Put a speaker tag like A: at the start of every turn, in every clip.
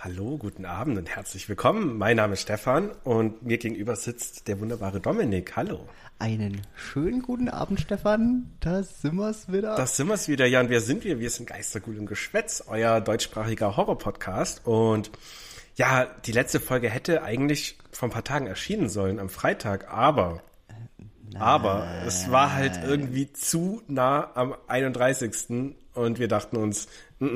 A: Hallo, guten Abend und herzlich willkommen. Mein Name ist Stefan und mir gegenüber sitzt der wunderbare Dominik. Hallo.
B: Einen schönen guten Abend, Stefan. Da sind wir's wieder.
A: Das sind wir's wieder, ja. Und wer sind wir? Wir sind Geistergut und Geschwätz, euer deutschsprachiger Horror-Podcast. Und ja, die letzte Folge hätte eigentlich vor ein paar Tagen erschienen sollen, am Freitag. Aber es war halt irgendwie zu nah am 31. Und wir dachten uns,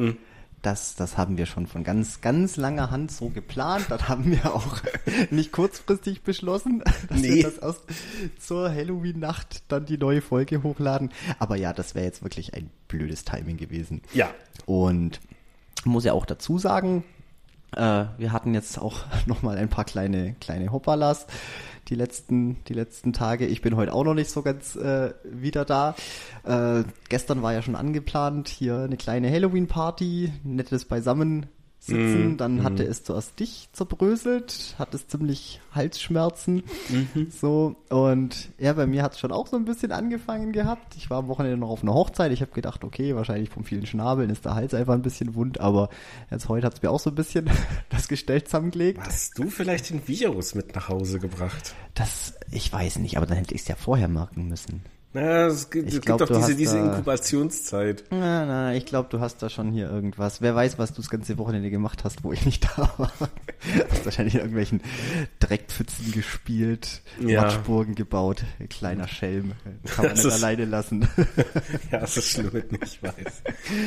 B: Das haben wir schon von ganz, ganz langer Hand so geplant. Das haben wir auch nicht kurzfristig beschlossen, dass wir das erst zur Halloween-Nacht dann die neue Folge hochladen. Aber ja, das wäre jetzt wirklich ein blödes Timing gewesen.
A: Ja.
B: Und ich muss ja auch dazu sagen, wir hatten jetzt auch nochmal ein paar kleine Hoppalas die letzten Tage. Ich bin heute auch noch nicht so ganz wieder da. Gestern war ja schon angeplant, hier eine kleine Halloween-Party, nettes Beisammensitzen. Dann hatte es zuerst dich zerbröselt, hatte es ziemlich Halsschmerzen. So, und ja, bei mir hat es schon auch so ein bisschen angefangen gehabt. Ich war am Wochenende noch auf einer Hochzeit. Ich habe gedacht, okay, wahrscheinlich vom vielen Schnabeln ist der Hals einfach ein bisschen wund, aber jetzt heute hat es mir auch so ein bisschen das Gestell zusammengelegt.
A: Hast du vielleicht den Virus mit nach Hause gebracht?
B: Ich weiß nicht, aber dann hätte ich es ja vorher merken müssen.
A: Ja, es gibt doch diese Inkubationszeit.
B: Na, ich glaube, du hast da schon hier irgendwas. Wer weiß, was du das ganze Wochenende gemacht hast, wo ich nicht da war. Hast wahrscheinlich in irgendwelchen Dreckpfützen gespielt, Matschburgen gebaut. Kleiner Schelm. Kann man nicht alleine lassen.
A: Ja, das ist schlimm, ich weiß.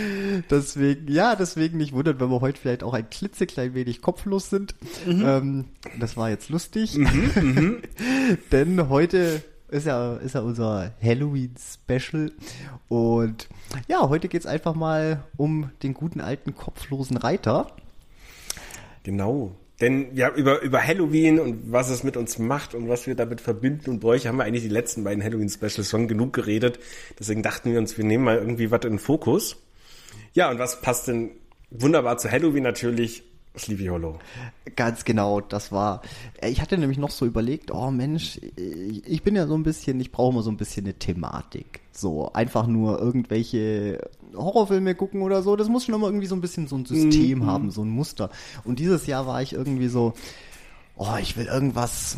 B: Deswegen nicht wundern, wenn wir heute vielleicht auch ein klitzeklein wenig kopflos sind. Das war jetzt lustig. Denn heute ist ja unser Halloween-Special. Und ja, heute geht's einfach mal um den guten alten kopflosen Reiter.
A: Genau. Denn ja, über Halloween und was es mit uns macht und was wir damit verbinden und bräuchten, haben wir eigentlich die letzten beiden Halloween-Specials schon genug geredet. Deswegen dachten wir uns, wir nehmen mal irgendwie was in den Fokus. Ja, und was passt denn wunderbar zu Halloween natürlich? Sleepy Hollow.
B: Ganz genau, ich hatte nämlich noch so überlegt, oh Mensch, ich bin ja so ein bisschen, ich brauche immer so ein bisschen eine Thematik. So, einfach nur irgendwelche Horrorfilme gucken oder so, das muss schon immer irgendwie so ein bisschen so ein System haben, so ein Muster. Und dieses Jahr war ich irgendwie so, ich will irgendwas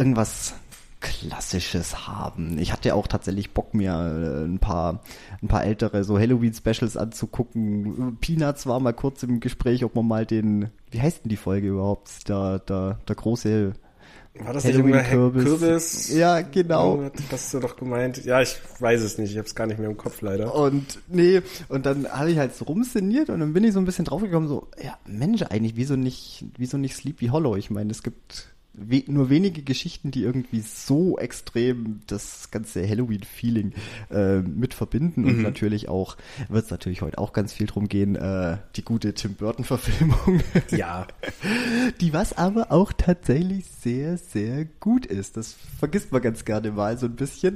B: Klassisches haben. Ich hatte auch tatsächlich Bock, mir ein paar ältere so Halloween-Specials anzugucken. Peanuts war mal kurz im Gespräch, ob man mal wie heißt denn die Folge überhaupt? Der große
A: war das nicht irgendwer Kürbis?
B: Ja, genau.
A: Hast du doch gemeint? Ja, ich weiß es nicht. Ich habe es gar nicht mehr im Kopf leider.
B: Und dann habe ich halt so rumszeniert und dann bin ich so ein bisschen draufgekommen, so, ja, Mensch, eigentlich, wieso nicht Sleepy Hollow? Ich meine, es gibt nur wenige Geschichten, die irgendwie so extrem das ganze Halloween-Feeling mit verbinden. Und natürlich wird es natürlich heute auch ganz viel drum gehen, die gute Tim Burton-Verfilmung.
A: Ja.
B: Die was aber auch tatsächlich sehr, sehr gut ist. Das vergisst man ganz gerne mal so ein bisschen.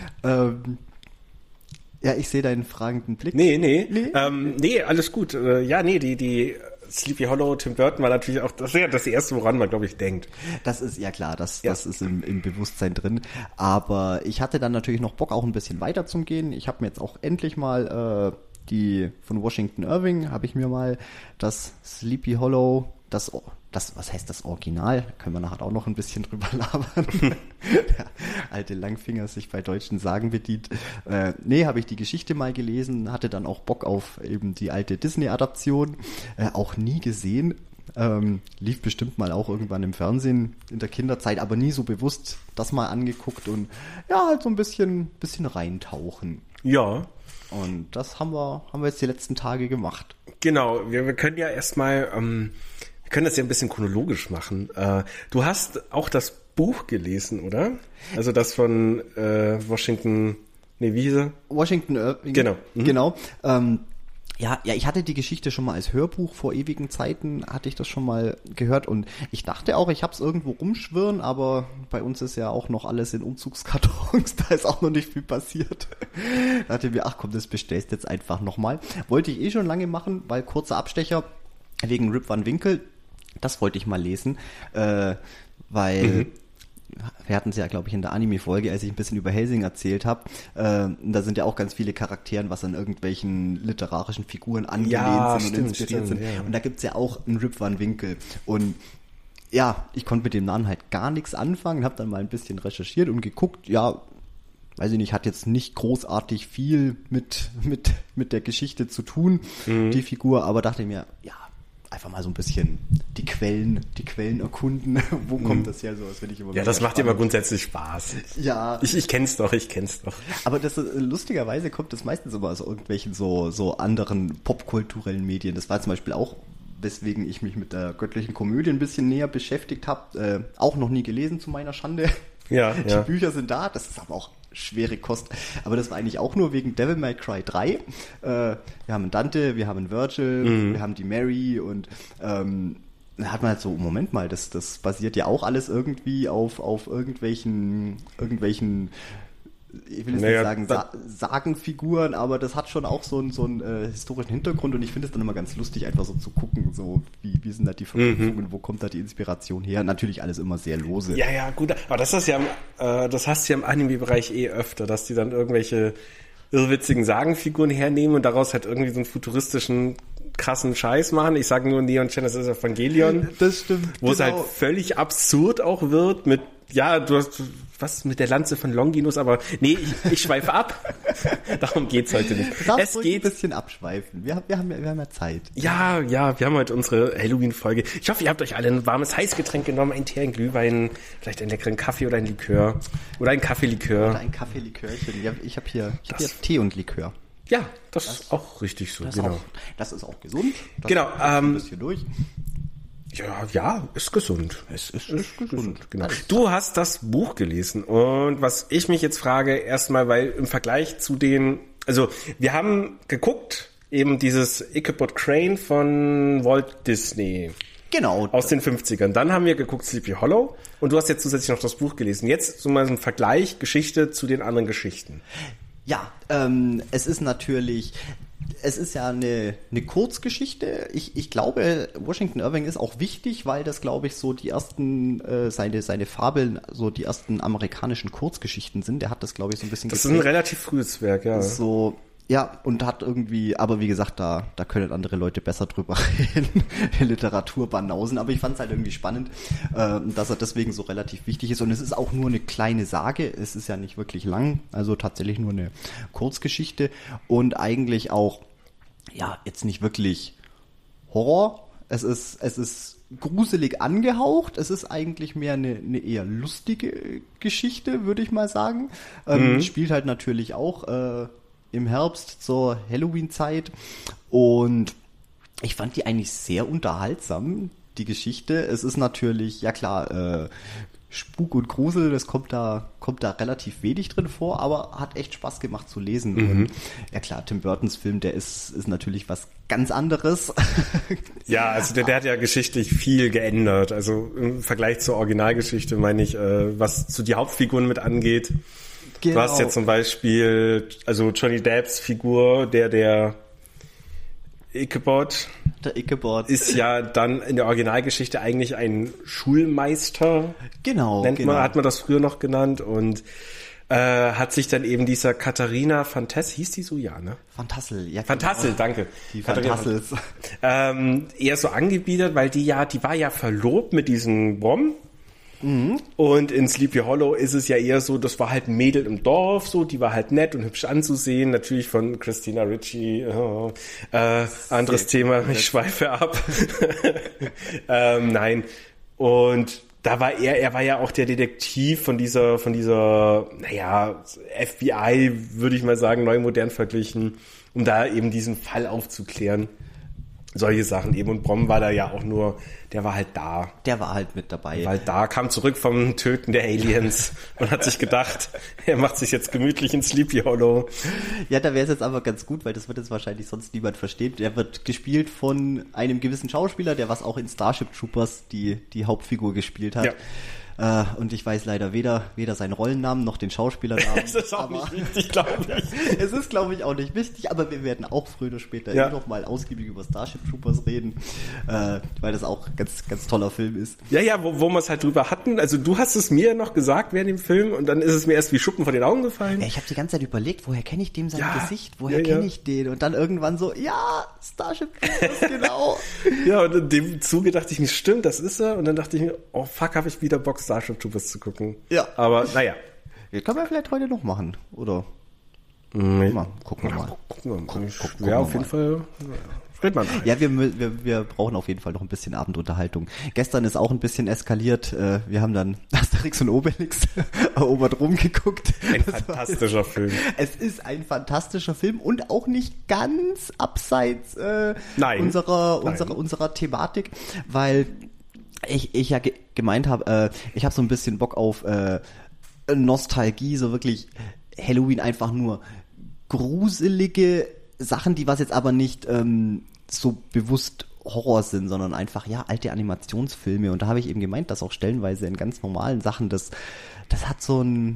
B: Ja, ich sehe deinen fragenden Blick.
A: Nee, alles gut. Die Sleepy Hollow, Tim Burton war natürlich auch das erste, woran man, glaube ich, denkt.
B: Das ist ja klar, das ist im Bewusstsein drin. Aber ich hatte dann natürlich noch Bock, auch ein bisschen weiter zu gehen. Ich habe mir jetzt auch endlich mal die von Washington Irving, habe ich mir mal das Sleepy Hollow, was heißt das Original? Da können wir nachher auch noch ein bisschen drüber labern. Der alte Langfinger sich bei deutschen Sagen bedient. Habe ich die Geschichte mal gelesen, hatte dann auch Bock auf eben die alte Disney-Adaption. Auch nie gesehen. Lief bestimmt mal auch irgendwann im Fernsehen in der Kinderzeit, aber nie so bewusst das mal angeguckt und ja, halt so ein bisschen reintauchen.
A: Ja.
B: Und das haben wir jetzt die letzten Tage gemacht.
A: Genau, wir können ja erstmal wir können das ja ein bisschen chronologisch machen. Du hast auch das Buch gelesen, oder? Also das von Washington, wie hieß er?
B: Washington Irving.
A: Genau.
B: Genau. Ja, ich hatte die Geschichte schon mal als Hörbuch vor ewigen Zeiten, hatte ich das schon mal gehört und ich dachte auch, ich habe es irgendwo rumschwirren, aber bei uns ist ja auch noch alles in Umzugskartons, da ist auch noch nicht viel passiert. Da dachte ich mir, ach komm, das bestellst jetzt einfach nochmal. Wollte ich schon lange machen, weil kurzer Abstecher wegen Rip Van Winkle, das wollte ich mal lesen, weil wir hatten es ja, glaube ich, in der Anime-Folge, als ich ein bisschen über Hellsing erzählt habe, da sind ja auch ganz viele Charakteren, was an irgendwelchen literarischen Figuren angelehnt sind und inspiriert sind. Ja. Und da gibt's ja auch einen Rip Van Winkle. Und ja, ich konnte mit dem Namen halt gar nichts anfangen, habe dann mal ein bisschen recherchiert und geguckt, ja, weiß ich nicht, hat jetzt nicht großartig viel mit der Geschichte zu tun, die Figur, aber dachte mir, ja, einfach mal so ein bisschen die Quellen erkunden. Wo kommt das her? So, das finde ich immer.
A: Ja, das macht immer grundsätzlich Spaß.
B: Ja.
A: Ich kenn's doch.
B: Aber das lustigerweise kommt das meistens immer aus irgendwelchen so anderen popkulturellen Medien. Das war zum Beispiel auch, weswegen ich mich mit der Göttlichen Komödie ein bisschen näher beschäftigt habe. Auch noch nie gelesen, zu meiner Schande.
A: Ja,
B: die Bücher sind da, das ist aber auch schwere Kost. Aber das war eigentlich auch nur wegen Devil May Cry 3. Wir haben einen Dante, wir haben einen Virgil, wir haben die Mary und dann hat man halt so, Moment mal, das basiert ja auch alles irgendwie auf irgendwelchen ich will jetzt nicht sagen Sagenfiguren, aber das hat schon auch so einen historischen Hintergrund und ich finde es dann immer ganz lustig, einfach so zu gucken, so wie sind da die Verknüpfungen, wo kommt da die Inspiration her? Natürlich alles immer sehr lose.
A: Ja, gut, aber das hast du ja im Anime-Bereich öfter, dass die dann irgendwelche irrwitzigen Sagenfiguren hernehmen und daraus halt irgendwie so einen futuristischen krassen Scheiß machen. Ich sage nur Neon Genesis Evangelion.
B: Das stimmt.
A: Wo es halt völlig absurd auch wird mit, ja, du hast was mit der Lanze von Longinus, aber nee, ich schweife ab. Darum geht's heute nicht.
B: Es geht ein bisschen abschweifen. Wir haben ja Zeit.
A: Ja, wir haben heute unsere Halloween-Folge. Ich hoffe, ihr habt euch alle ein warmes Heißgetränk genommen, einen Tee, einen Glühwein, vielleicht einen leckeren Kaffee oder ein Likör. Oder ein Kaffeelikör.
B: Oder ein Kaffeelikörchen. Ja, ich hab hier Tee und Likör.
A: Ja, das ist auch richtig so, genau.
B: Das ist auch gesund.
A: Genau.
B: Ein bisschen durch.
A: Ja, ist gesund. Es ist gesund, genau. Du hast das Buch gelesen und was ich mich jetzt frage, erstmal, weil im Vergleich zu also wir haben geguckt, eben dieses Ichabod Crane von Walt Disney.
B: Genau.
A: Aus den 50ern. Dann haben wir geguckt Sleepy Hollow und du hast jetzt zusätzlich noch das Buch gelesen. Jetzt so mal so ein Vergleich, Geschichte zu den anderen Geschichten.
B: Ja, es ist ja eine Kurzgeschichte. Ich glaube, Washington Irving ist auch wichtig, weil das, glaube ich, so die ersten, seine Fabeln, so die ersten amerikanischen Kurzgeschichten sind. Der hat das, glaube ich, so ein bisschen
A: Das ist ein relativ frühes Werk, ja.
B: So, ja, und hat irgendwie, aber wie gesagt, da können andere Leute besser drüber reden, Literaturbanausen, aber ich fand es halt irgendwie spannend, dass er deswegen so relativ wichtig ist und es ist auch nur eine kleine Sage, es ist ja nicht wirklich lang, also tatsächlich nur eine Kurzgeschichte und eigentlich auch, ja, jetzt nicht wirklich Horror, es ist gruselig angehaucht, es ist eigentlich mehr eine eher lustige Geschichte, würde ich mal sagen, spielt halt natürlich auch im Herbst zur Halloween-Zeit und ich fand die eigentlich sehr unterhaltsam, die Geschichte. Es ist natürlich, ja klar, Spuk und Grusel, das kommt da relativ wenig drin vor, aber hat echt Spaß gemacht zu lesen. Und ja klar, Tim Burtons Film, der ist natürlich was ganz anderes.
A: Ja, also der hat ja geschichtlich viel geändert. Also im Vergleich zur Originalgeschichte meine ich, was zu die Hauptfiguren mit angeht. Genau. Du hast ja zum Beispiel, also Johnny Depps Figur, der Ichabod.
B: Der Ichabod.
A: Ist ja dann in der Originalgeschichte eigentlich ein Schulmeister.
B: Genau.
A: Hat man das früher noch genannt und hat sich dann eben dieser Katharina Fantassel, hieß die so? Ja, ne?
B: Fantassel, ja.
A: Fantassel, danke.
B: Die Fantassels.
A: Eher so angebiedert, weil die war ja verlobt mit diesem Brom. Und in Sleepy Hollow ist es ja eher so, das war halt ein Mädel im Dorf, so, die war halt nett und hübsch anzusehen, natürlich von Christina Ricci, anderes Thema, ich schweife ab. Nein. Und da war er war ja auch der Detektiv von dieser, naja, FBI, würde ich mal sagen, neu modern verglichen, um da eben diesen Fall aufzuklären. Solche Sachen eben. Und Brom war da ja auch nur, der war halt da.
B: Der war halt mit dabei.
A: Weil da kam zurück vom Töten der Aliens und hat sich gedacht, er macht sich jetzt gemütlich in Sleepy Hollow.
B: Ja, da wäre es jetzt aber ganz gut, weil das wird jetzt wahrscheinlich sonst niemand verstehen. Der wird gespielt von einem gewissen Schauspieler, der was auch in Starship Troopers die Hauptfigur gespielt hat. Ja. Und ich weiß leider weder seinen Rollennamen noch den Schauspielernamen.
A: Es ist auch nicht wichtig, glaube ich.
B: Es ist, glaube ich, auch nicht wichtig, aber wir werden auch früher oder später noch mal ausgiebig über Starship Troopers reden, weil das auch ganz, ganz toller Film ist.
A: Ja, wo wir es halt drüber hatten. Also du hast es mir noch gesagt während dem Film und dann ist es mir erst wie Schuppen von den Augen gefallen.
B: Ja, ich habe die ganze Zeit überlegt, woher kenne ich dem sein Gesicht? Woher kenne ich den? Und dann irgendwann so, Starship Troopers, genau.
A: Ja, und in dem Zuge dachte ich mir, stimmt, das ist er. Und dann dachte ich mir, oh fuck, habe ich wieder Bock, Starship Troopers zu gucken.
B: Ja.
A: Aber naja.
B: Das können wir vielleicht heute noch machen, oder? Gucken wir mal.
A: Ja, auf jeden Fall. Red mal.
B: Ja, wir brauchen auf jeden Fall noch ein bisschen Abendunterhaltung. Gestern ist auch ein bisschen eskaliert. Wir haben dann Asterix und Obelix erobert rumgeguckt.
A: Ein fantastischer Film.
B: Es ist ein fantastischer Film und auch nicht ganz abseits unserer Thematik, weil ich ja gemeint habe, ich habe so ein bisschen Bock auf Nostalgie, so wirklich Halloween, einfach nur gruselige Sachen, die was jetzt aber nicht so bewusst Horror sind, sondern einfach, alte Animationsfilme. Und da habe ich eben gemeint, dass auch stellenweise in ganz normalen Sachen das hat so einen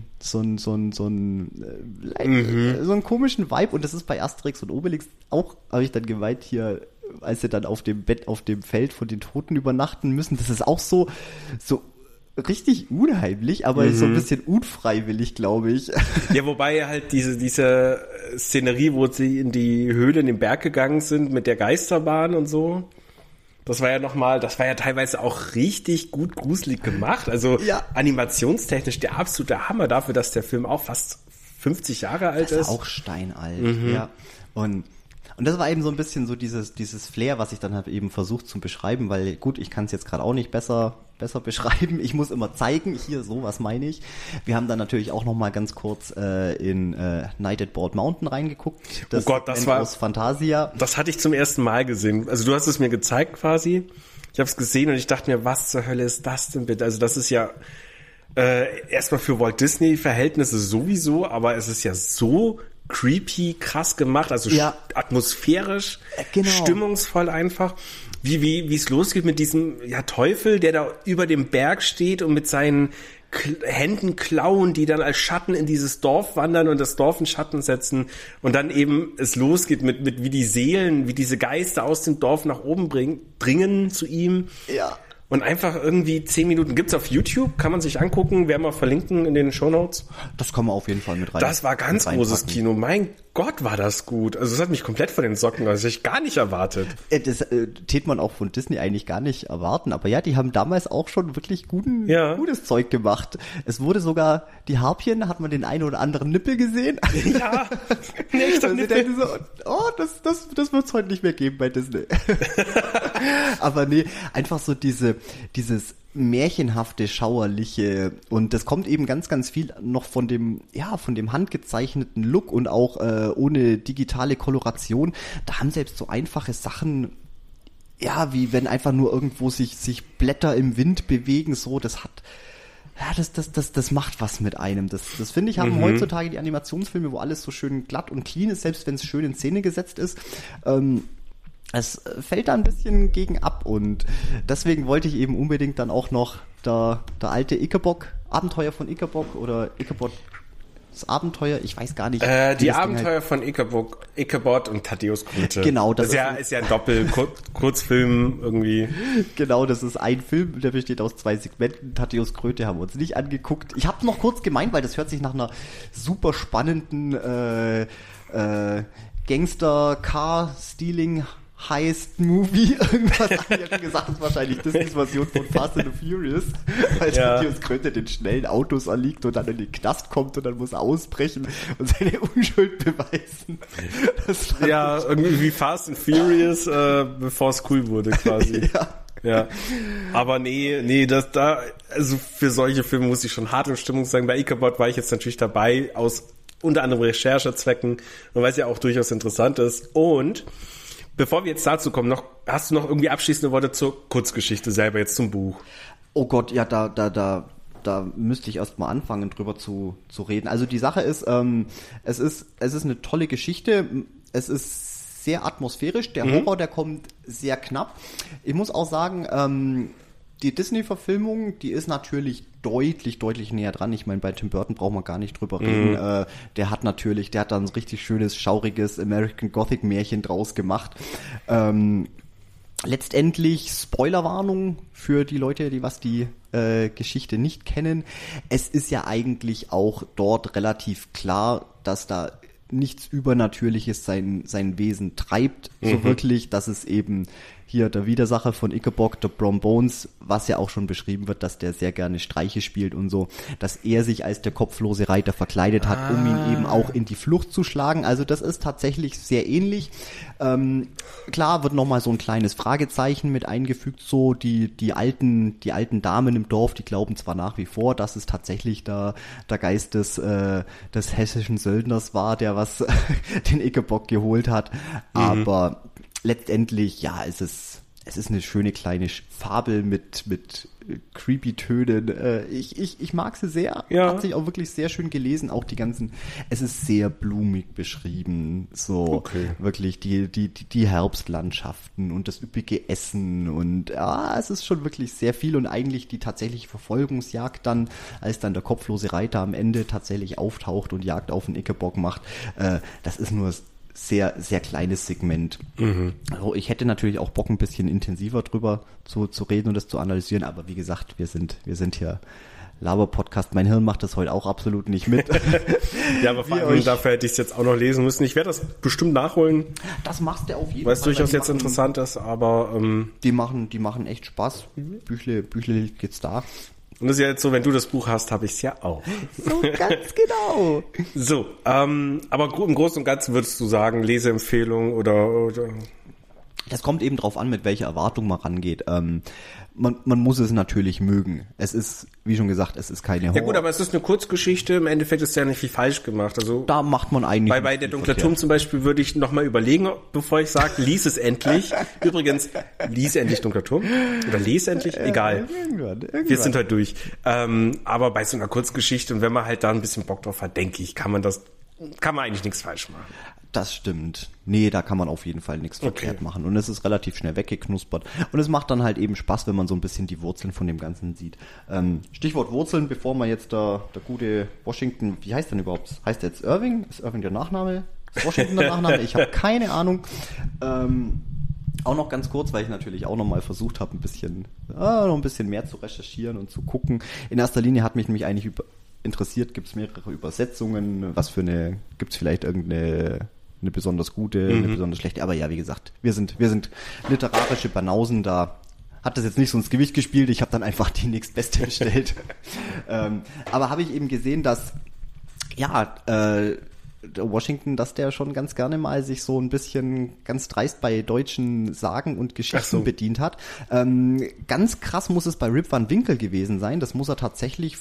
B: komischen Vibe. Und das ist bei Asterix und Obelix auch, habe ich dann gemeint hier, als sie dann auf dem Bett, auf dem Feld von den Toten übernachten müssen. Das ist auch so richtig unheimlich, aber so ein bisschen unfreiwillig, glaube ich.
A: Ja, wobei halt diese Szenerie, wo sie in die Höhle in den Berg gegangen sind mit der Geisterbahn und so, das war ja teilweise auch richtig gut gruselig gemacht. Also animationstechnisch der absolute Hammer dafür, dass der Film auch fast 50 Jahre alt ist.
B: Das ist auch steinalt, ja. Und das war eben so ein bisschen so dieses Flair, was ich dann halt eben versucht zu beschreiben, weil gut, ich kann es jetzt gerade auch nicht besser beschreiben. Ich muss immer zeigen, hier, so, was meine ich. Wir haben dann natürlich auch noch mal ganz kurz in Night at Bald Mountain reingeguckt.
A: Das war
B: aus Fantasia.
A: Das hatte ich zum ersten Mal gesehen. Also du hast es mir gezeigt quasi. Ich habe es gesehen und ich dachte mir, was zur Hölle ist das denn bitte? Also das ist ja erstmal für Walt Disney Verhältnisse sowieso, aber es ist ja so creepy, krass gemacht, also atmosphärisch, stimmungsvoll einfach. Wie es losgeht mit diesem Teufel, der da über dem Berg steht und mit seinen Händen klauen, die dann als Schatten in dieses Dorf wandern und das Dorf in Schatten setzen und dann eben es losgeht mit wie die Seelen, wie diese Geister aus dem Dorf nach oben dringen zu ihm. Ja. Und einfach irgendwie 10 Minuten gibt's auf YouTube, kann man sich angucken, werden wir verlinken in den Shownotes.
B: Das kann man auf jeden Fall mit rein.
A: Das war ganz großes Kino. Mein Gott, war das gut. Also es hat mich komplett von den Socken, das hätte ich gar nicht erwartet.
B: Das tät man auch von Disney eigentlich gar nicht erwarten. Aber ja, die haben damals auch schon wirklich gutes Zeug gemacht. Es wurde sogar, die Harpien, hat man den einen oder anderen Nippel gesehen.
A: Ja, echter Nippel.
B: Das wird's heute nicht mehr geben bei Disney. Aber nee, einfach so dieses märchenhafte, schauerliche, und das kommt eben ganz, ganz viel noch von dem handgezeichneten Look und auch ohne digitale Koloration. Da haben selbst so einfache Sachen, wie wenn einfach nur irgendwo sich Blätter im Wind bewegen, so, das macht was mit einem. Das finde ich, haben heutzutage die Animationsfilme, wo alles so schön glatt und clean ist, selbst wenn es schön in Szene gesetzt ist. Es fällt da ein bisschen gegen ab und deswegen wollte ich eben unbedingt dann auch noch der alte Ichabod, Abenteuer von Ichabod oder Ichabod das Abenteuer, ich weiß gar nicht.
A: Die Abenteuer von Ichabod und Thaddeus Kröte.
B: Genau.
A: Das ist ja ein Doppel-Kurzfilm irgendwie.
B: Genau, das ist ein Film, der besteht aus 2 Segmenten. Thaddeus Kröte haben wir uns nicht angeguckt. Ich habe noch kurz gemeint, weil das hört sich nach einer super spannenden Gangster-Car-Stealing Heist-Movie, irgendwas an. Ich habe gesagt, das ist wahrscheinlich Disneys Version von Fast and the Furious, weil Thaddeus Kröte den schnellen Autos erliegt und dann in den Knast kommt und dann muss er ausbrechen und seine Unschuld beweisen.
A: Irgendwie wie Fast and Furious, bevor es cool wurde quasi. Ja. Aber nee, also für solche Filme muss ich schon hart in Stimmung sein. Bei Ichabod war ich jetzt natürlich dabei, aus unter anderem Recherchezwecken und weil es ja auch durchaus interessant ist. Und bevor wir jetzt dazu kommen, hast du noch irgendwie abschließende Worte zur Kurzgeschichte selber, jetzt zum Buch?
B: Oh Gott, ja, da müsste ich erst mal anfangen, drüber zu reden. Also die Sache ist, es ist eine tolle Geschichte. Es ist sehr atmosphärisch. Der Horror, der kommt sehr knapp. Ich muss auch sagen, die Disney-Verfilmung, die ist natürlich deutlich näher dran. Ich meine, bei Tim Burton braucht man gar nicht drüber reden. Der hat da ein richtig schönes, schauriges American Gothic Märchen draus gemacht. Letztendlich Spoilerwarnung für die Leute, die Geschichte nicht kennen. Es ist ja eigentlich auch dort relativ klar, dass da nichts Übernatürliches sein Wesen treibt, so wirklich, dass es eben hier der Widersacher von Ichabod, der Brom Bones, was ja auch schon beschrieben wird, dass der sehr gerne Streiche spielt und so, dass er sich als der kopflose Reiter verkleidet hat, um ihn eben auch in die Flucht zu schlagen. Also das ist tatsächlich sehr ähnlich. Klar wird nochmal so ein kleines Fragezeichen mit eingefügt, so die alten Damen im Dorf, die glauben zwar nach wie vor, dass es tatsächlich der Geist des hessischen Söldners war, der was den Ichabod geholt hat, aber letztendlich, ja, es ist eine schöne kleine Fabel mit creepy Tönen. Ich mag sie sehr. Ja. Hat sich auch wirklich sehr schön gelesen. Auch es ist sehr blumig beschrieben. So wirklich die Herbstlandschaften und das üppige Essen und es ist schon wirklich sehr viel und eigentlich die tatsächliche Verfolgungsjagd dann, als dann der kopflose Reiter am Ende tatsächlich auftaucht und Jagd auf den Ichabod macht, das ist nur sehr, sehr kleines Segment. Also ich hätte natürlich auch Bock, ein bisschen intensiver drüber zu reden und das zu analysieren, aber wie gesagt, wir sind hier Laber-Podcast. Mein Hirn macht das heute auch absolut nicht mit.
A: Ja, aber vor allem dafür hätte ich es jetzt auch noch lesen müssen. Ich werde das bestimmt nachholen.
B: Das machst du auf jeden Fall.
A: Weil es durchaus jetzt interessant ist, aber
B: die machen echt Spaß. Büchle geht's da.
A: Und das ist ja jetzt so, wenn du das Buch hast, habe ich es ja auch.
B: So, ganz genau.
A: So, aber im Großen und Ganzen würdest du sagen, Leseempfehlung oder?
B: Das kommt eben drauf an, mit welcher Erwartung man rangeht. Man muss es natürlich mögen. Es ist, wie schon gesagt, es ist keine Horror.
A: Ja gut, aber es ist eine Kurzgeschichte. Im Endeffekt ist ja nicht viel falsch gemacht. Also
B: da macht man eigentlich.
A: Bei der Dunkler Turm zum Beispiel würde ich nochmal überlegen, bevor ich sage, lies es endlich. Übrigens, lies endlich Dunkler Turm. Oder lese endlich, egal. Irgendwann. Wir sind halt durch. Aber bei so einer Kurzgeschichte und wenn man halt da ein bisschen Bock drauf hat, denke ich, kann man eigentlich nichts falsch machen.
B: Das stimmt. Nee, da kann man auf jeden Fall nichts verkehrt machen. Und es ist relativ schnell weggeknuspert. Und es macht dann halt eben Spaß, wenn man so ein bisschen die Wurzeln von dem Ganzen sieht. Stichwort Wurzeln, bevor man jetzt der gute Washington, wie heißt denn überhaupt? Heißt der jetzt Irving? Ist Irving der Nachname? Ist Washington der Nachname? Ich habe keine Ahnung. Auch noch ganz kurz, weil ich natürlich auch noch mal versucht habe, noch ein bisschen mehr zu recherchieren und zu gucken. In erster Linie hat mich nämlich eigentlich interessiert, gibt es mehrere Übersetzungen, gibt es vielleicht irgendeine eine besonders gute, eine besonders schlechte, aber ja, wie gesagt, wir sind literarische Banausen, da hat das jetzt nicht so ins Gewicht gespielt, ich habe dann einfach die nächstbeste bestellt. Aber habe ich eben gesehen, dass der Washington, dass der schon ganz gerne mal sich so ein bisschen ganz dreist bei deutschen Sagen und Geschichten bedient hat. Ganz krass muss es bei Rip Van Winkle gewesen sein, das muss er tatsächlich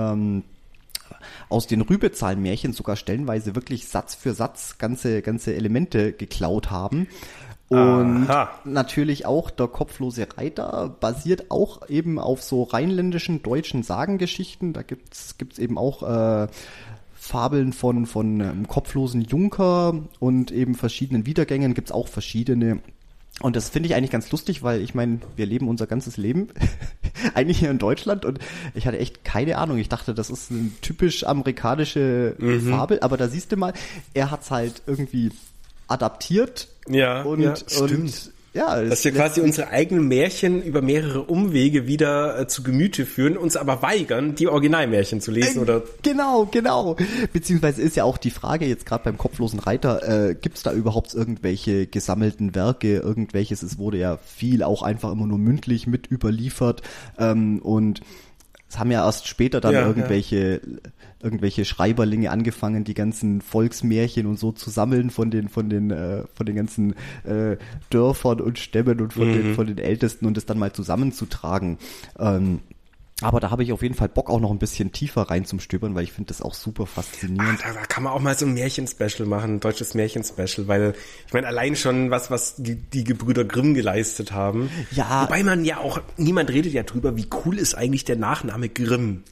B: aus den Rübezahl-Märchen sogar stellenweise wirklich Satz für Satz ganze Elemente geklaut haben. Und natürlich auch der kopflose Reiter basiert auch eben auf so rheinländischen deutschen Sagengeschichten. Da gibt's eben auch Fabeln von einem kopflosen Junker und eben verschiedenen Wiedergängen gibt's auch verschiedene. Und das finde ich eigentlich ganz lustig, weil ich meine, wir leben unser ganzes Leben eigentlich hier in Deutschland und ich hatte echt keine Ahnung. Ich dachte, das ist eine typisch amerikanische Fabel, aber da siehst du mal, er hat's halt irgendwie adaptiert.
A: Ja, stimmt. Dass wir quasi unsere eigenen Märchen über mehrere Umwege wieder zu Gemüte führen, uns aber weigern, die Originalmärchen zu lesen, oder?
B: Genau. Beziehungsweise ist ja auch die Frage jetzt gerade beim kopflosen Reiter, gibt's da überhaupt irgendwelche gesammelten Werke, irgendwelches? Es wurde ja viel auch einfach immer nur mündlich mit überliefert und es haben ja erst später dann irgendwelche Schreiberlinge angefangen, die ganzen Volksmärchen und so zu sammeln von den ganzen Dörfern und Stämmen und von den Ältesten und es dann mal zusammenzutragen. Aber da habe ich auf jeden Fall Bock, auch noch ein bisschen tiefer rein zum Stöbern, weil ich finde das auch super faszinierend.
A: Da kann man auch mal so ein Märchen-Special machen, ein deutsches Märchen-Special, weil ich meine, allein schon was die Gebrüder Grimm geleistet haben.
B: Ja.
A: Wobei niemand redet ja drüber, wie cool ist eigentlich der Nachname Grimm.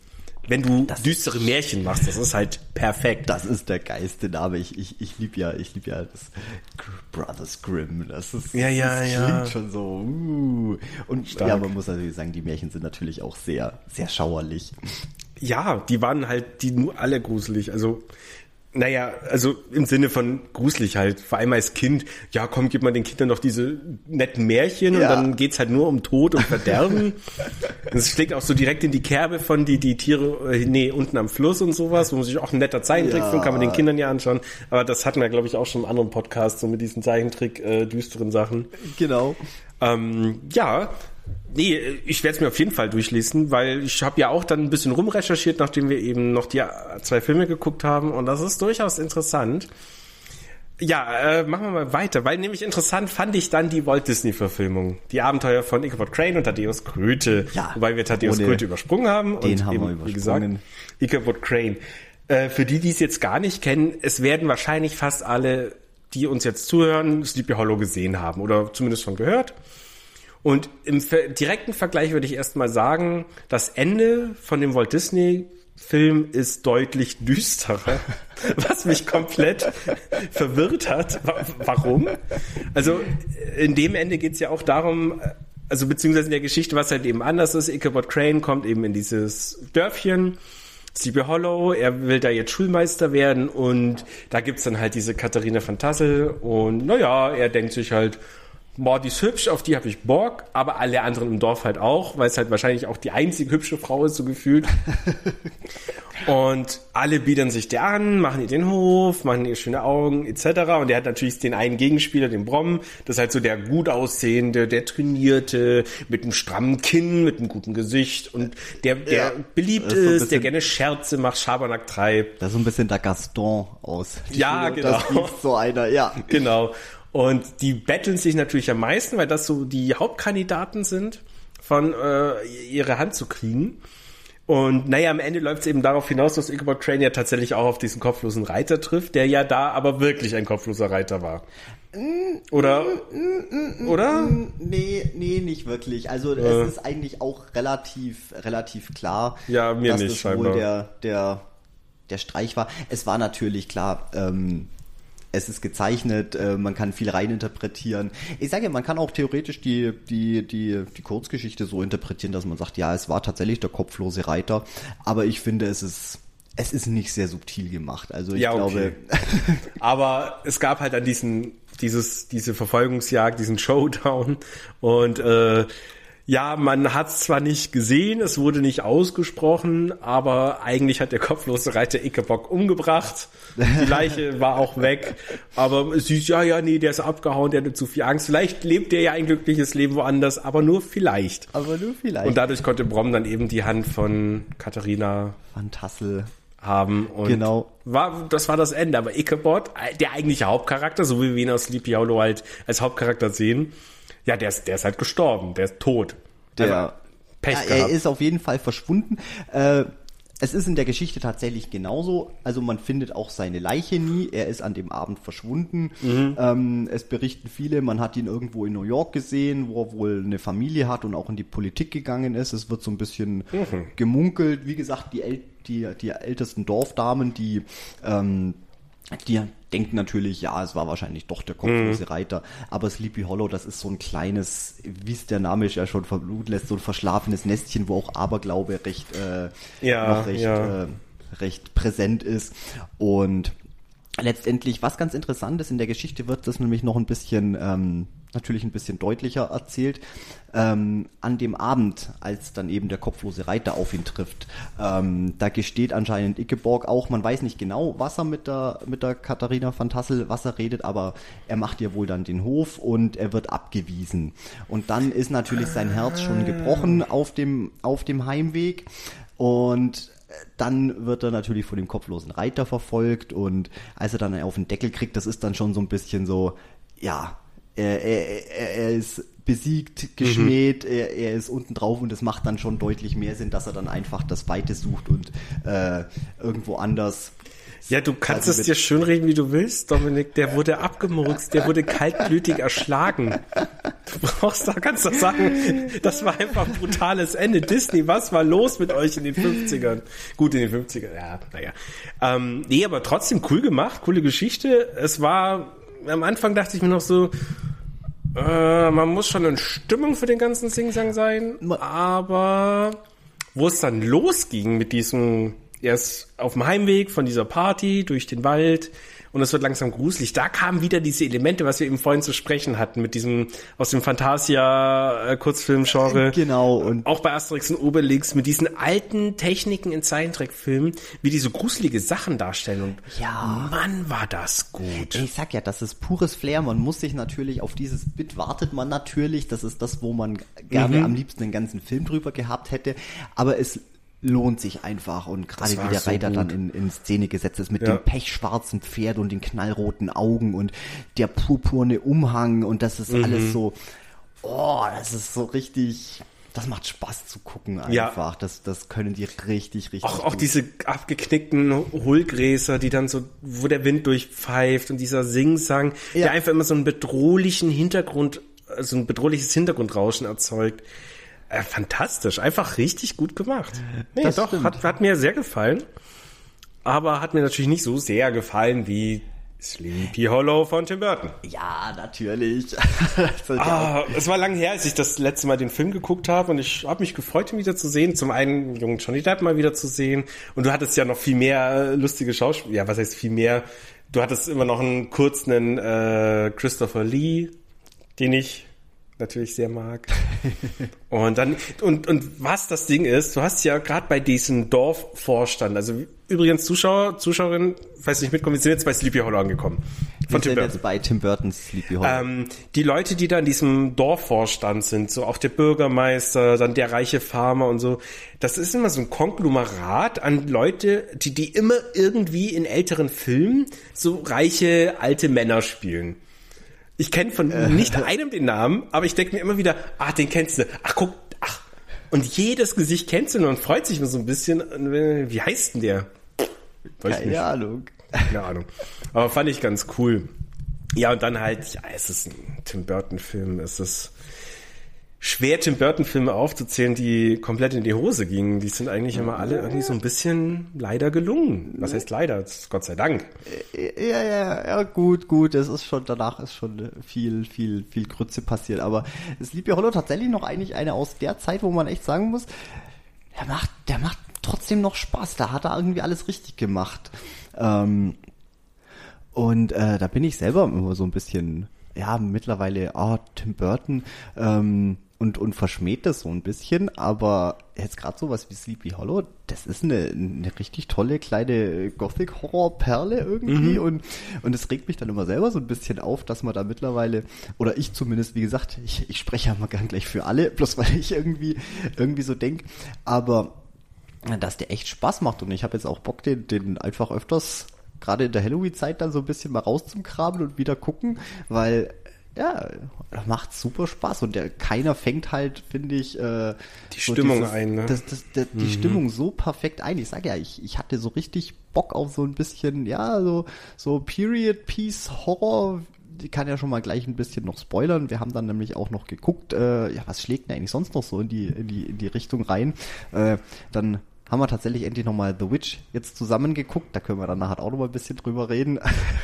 A: wenn du düstere Märchen machst, das ist halt perfekt.
B: Das ist der geilste Name. Ich liebe ja das Brothers Grimm. Das klingt schon so. Und stark. Ja, man muss natürlich sagen, die Märchen sind natürlich auch sehr, sehr schauerlich.
A: Ja, die waren halt nur alle gruselig. Also im Sinne von gruselig halt, vor allem als Kind, ja komm, gib mal den Kindern noch diese netten Märchen und dann geht's halt nur um Tod und Verderben. Es schlägt auch so direkt in die Kerbe von die Tiere, unten am Fluss und sowas, wo man sich auch ein netter Zeichentrick von, kann man den Kindern ja anschauen. Aber das hatten wir, glaube ich, auch schon im anderen Podcast, so mit diesen Zeichentrick, düsteren Sachen.
B: Genau.
A: Ich werde es mir auf jeden Fall durchlesen, weil ich habe ja auch dann ein bisschen rumrecherchiert, nachdem wir eben noch die 2 Filme geguckt haben und das ist durchaus interessant. Ja, machen wir mal weiter, weil nämlich interessant fand ich dann die Walt-Disney-Verfilmung. Die Abenteuer von Ichabod Crane und Thaddeus Kröte. Ja, wobei wir Thaddeus Kröte übersprungen haben.
B: Den haben wir übersprungen. Wie gesagt,
A: Ichabod Crane. Für die es jetzt gar nicht kennen, es werden wahrscheinlich fast alle, die uns jetzt zuhören, Sleepy Hollow gesehen haben oder zumindest schon gehört. Und im direkten Vergleich würde ich erstmal sagen, das Ende von dem Walt Disney Film ist deutlich düsterer, was mich komplett verwirrt hat. Warum? Also in dem Ende geht's ja auch darum, also beziehungsweise in der Geschichte, was halt eben anders ist. Ichabod Crane kommt eben in dieses Dörfchen, Sleepy Hollow, er will da jetzt Schulmeister werden und da gibt's dann halt diese Katharina van Tassel und er denkt sich halt, boah, die ist hübsch, auf die habe ich Bock, aber alle anderen im Dorf halt auch, weil es halt wahrscheinlich auch die einzige hübsche Frau ist, so gefühlt. Und alle biedern sich der an, machen ihr den Hof, machen ihr schöne Augen, etc. Und der hat natürlich den einen Gegenspieler, den Brom, das ist halt so der gut aussehende, der trainierte, mit einem strammen Kinn, mit einem guten Gesicht und der beliebt ist, der gerne Scherze macht, Schabernack treibt.
B: Das ist so ein bisschen der Gaston aus.
A: Ja, genau.
B: Das ist so einer, ja.
A: Genau. Und die betteln sich natürlich am meisten, weil das so die Hauptkandidaten sind, von ihre Hand zu kriegen. Und am Ende läuft es eben darauf hinaus, dass Ichabod Crane ja tatsächlich auch auf diesen kopflosen Reiter trifft, der ja da aber wirklich ein kopfloser Reiter war. Oder?
B: Nee, nicht wirklich. Also es ist eigentlich auch relativ klar,
A: ja, mir
B: dass
A: nicht,
B: das
A: scheinbar
B: wohl der Streich war. Es war natürlich klar, es ist gezeichnet, man kann viel reininterpretieren. Ich sage ja, man kann auch theoretisch die Kurzgeschichte so interpretieren, dass man sagt, ja, es war tatsächlich der kopflose Reiter, aber ich finde, es ist nicht sehr subtil gemacht. Also ich glaube.
A: Aber es gab halt dann diese Verfolgungsjagd, diesen Showdown und man hat es zwar nicht gesehen, es wurde nicht ausgesprochen, aber eigentlich hat der kopflose Reiter Ichabod umgebracht. Die Leiche war auch weg. Aber es hieß, der ist abgehauen, der hatte zu viel Angst. Vielleicht lebt der ja ein glückliches Leben woanders, aber nur vielleicht. Und dadurch konnte Brom dann eben die Hand von Katharina
B: van Tassel
A: haben. Und
B: genau.
A: Das war das Ende. Aber Ichabod, der eigentliche Hauptcharakter, so wie wir ihn aus Sleepy Hollow halt als Hauptcharakter sehen, ja, der ist halt gestorben, der ist tot.
B: Er ist auf jeden Fall verschwunden. Es ist in der Geschichte tatsächlich genauso. Also man findet auch seine Leiche nie. Er ist an dem Abend verschwunden. Es berichten viele, man hat ihn irgendwo in New York gesehen, wo er wohl eine Familie hat und auch in die Politik gegangen ist. Es wird so ein bisschen gemunkelt. Wie gesagt, die ältesten Dorfdamen, die denken natürlich, ja, es war wahrscheinlich doch der kopflose Reiter. Aber Sleepy Hollow, das ist so ein kleines, wie es der Name ja schon vermuten lässt, so ein verschlafenes Nestchen, wo auch Aberglaube recht präsent ist. Und letztendlich, was ganz interessant ist in der Geschichte, wird das nämlich noch ein bisschen natürlich ein bisschen deutlicher erzählt. An dem Abend, als dann eben der kopflose Reiter auf ihn trifft, da gesteht anscheinend Ichabod auch, man weiß nicht genau, was er mit der Katharina van Tassel, was er redet, aber er macht ihr wohl dann den Hof und er wird abgewiesen. Und dann ist natürlich sein Herz schon gebrochen auf dem Heimweg und dann wird er natürlich von dem kopflosen Reiter verfolgt und als er dann auf den Deckel kriegt, das ist dann schon so ein bisschen so, ja, er ist besiegt, geschmäht, er ist unten drauf und es macht dann schon deutlich mehr Sinn, dass er dann einfach das Weite sucht und irgendwo anders.
A: Ja, du kannst es dir schönreden, wie du willst, Dominik. Der wurde abgemurkst, der wurde kaltblütig erschlagen. Du kannst du sagen, das war einfach ein brutales Ende. Disney, was war los mit euch in den 50ern? Gut, in den 50ern, ja, naja. Nee, aber trotzdem cool gemacht, coole Geschichte. Es war, am Anfang dachte ich mir noch so, man muss schon in Stimmung für den ganzen Sing-Sang sein, aber wo es dann losging mit diesem, erst auf dem Heimweg von dieser Party durch den Wald und es wird langsam gruselig, da kamen wieder diese Elemente, was wir eben vorhin zu sprechen hatten, mit diesem aus dem Fantasia-Kurzfilm-Genre.
B: Genau. Und
A: auch bei Asterix und Obelix mit diesen alten Techniken in Zeichentrickfilmen, wie die so gruselige Sachen darstellen. Und
B: ja,
A: Mann, war das gut.
B: Ich sag ja, das ist pures Flair. Man muss sich natürlich auf dieses Bit wartet man natürlich. Das ist das, wo man gerne am liebsten den ganzen Film drüber gehabt hätte. Aber es lohnt sich einfach und gerade wie der Reiter dann in Szene gesetzt ist mit dem pechschwarzen Pferd und den knallroten Augen und der purpurne Umhang und das ist alles so, das ist so richtig, das macht Spaß zu gucken einfach, das können die richtig
A: auch diese abgeknickten Hohlgräser, die dann so, wo der Wind durchpfeift und dieser Singsang, der einfach immer so einen bedrohlichen Hintergrund, so ein bedrohliches Hintergrundrauschen erzeugt. Fantastisch, einfach richtig gut gemacht. Nee, das doch, hat mir sehr gefallen. Aber hat mir natürlich nicht so sehr gefallen wie Sleepy Hollow von Tim Burton.
B: Ja, natürlich.
A: Es war lange her, als ich das letzte Mal den Film geguckt habe und ich habe mich gefreut, ihn wieder zu sehen. Zum einen jungen Johnny Depp mal wieder zu sehen und du hattest ja noch viel mehr lustige Schauspieler. Ja, was heißt viel mehr? Du hattest immer noch einen kurzen Christopher Lee, den ich natürlich sehr mag. Und dann, und was das Ding ist, du hast ja gerade bei diesem Dorfvorstand, also übrigens Zuschauerinnen, falls nicht mitkommen, wir sind jetzt bei Sleepy Hollow angekommen.
B: Wir sind jetzt bei Tim Burtons Sleepy Hollow.
A: Die Leute, die da in diesem Dorfvorstand sind, so auch der Bürgermeister, dann der reiche Farmer und so, das ist immer so ein Konglomerat an Leute, die immer irgendwie in älteren Filmen so reiche alte Männer spielen. Ich kenne von nicht einem den Namen, aber ich denke mir immer wieder, den kennst du. Ach, guck, Und jedes Gesicht kennst du und freut sich mir so ein bisschen. Wie heißt denn der?
B: Keine Ahnung.
A: Keine Ahnung. Aber fand ich ganz cool. Ja, und dann halt, es ist ein Tim Burton-Film. Es ist schwer, Tim Burton-Filme aufzuzählen, die komplett in die Hose gingen. Die sind eigentlich immer alle irgendwie so ein bisschen leider gelungen. Was heißt leider? Gott sei Dank.
B: Ja, gut. Es ist schon, danach ist schon viel Grütze passiert. Aber Sleepy Hollow tatsächlich noch eigentlich eine aus der Zeit, wo man echt sagen muss, der macht trotzdem noch Spaß. Da hat er irgendwie alles richtig gemacht. Und da bin ich selber immer so ein bisschen, mittlerweile, Tim Burton, und verschmäht das so ein bisschen, aber jetzt gerade sowas wie Sleepy Hollow, das ist eine richtig tolle kleine Gothic-Horror-Perle irgendwie und es regt mich dann immer selber so ein bisschen auf, dass man da mittlerweile, oder ich zumindest, wie gesagt, ich spreche ja mal gleich für alle, bloß weil ich irgendwie so denke, aber dass der echt Spaß macht und ich habe jetzt auch Bock, den einfach öfters, gerade in der Halloween-Zeit dann so ein bisschen mal rauszukramen und wieder gucken, weil macht super Spaß und keiner fängt halt, finde ich,
A: die Stimmung ein, ne?
B: Die Stimmung so perfekt ein. Ich sage ja, ich hatte so richtig Bock auf so ein bisschen, so Period-Piece-Horror. Ich kann ja schon mal gleich ein bisschen noch spoilern. Wir haben dann nämlich auch noch geguckt, was schlägt denn eigentlich sonst noch so in die Richtung rein. Dann haben wir tatsächlich endlich nochmal The Witch jetzt zusammen geguckt. Da können wir dann nachher auch noch mal ein bisschen drüber reden.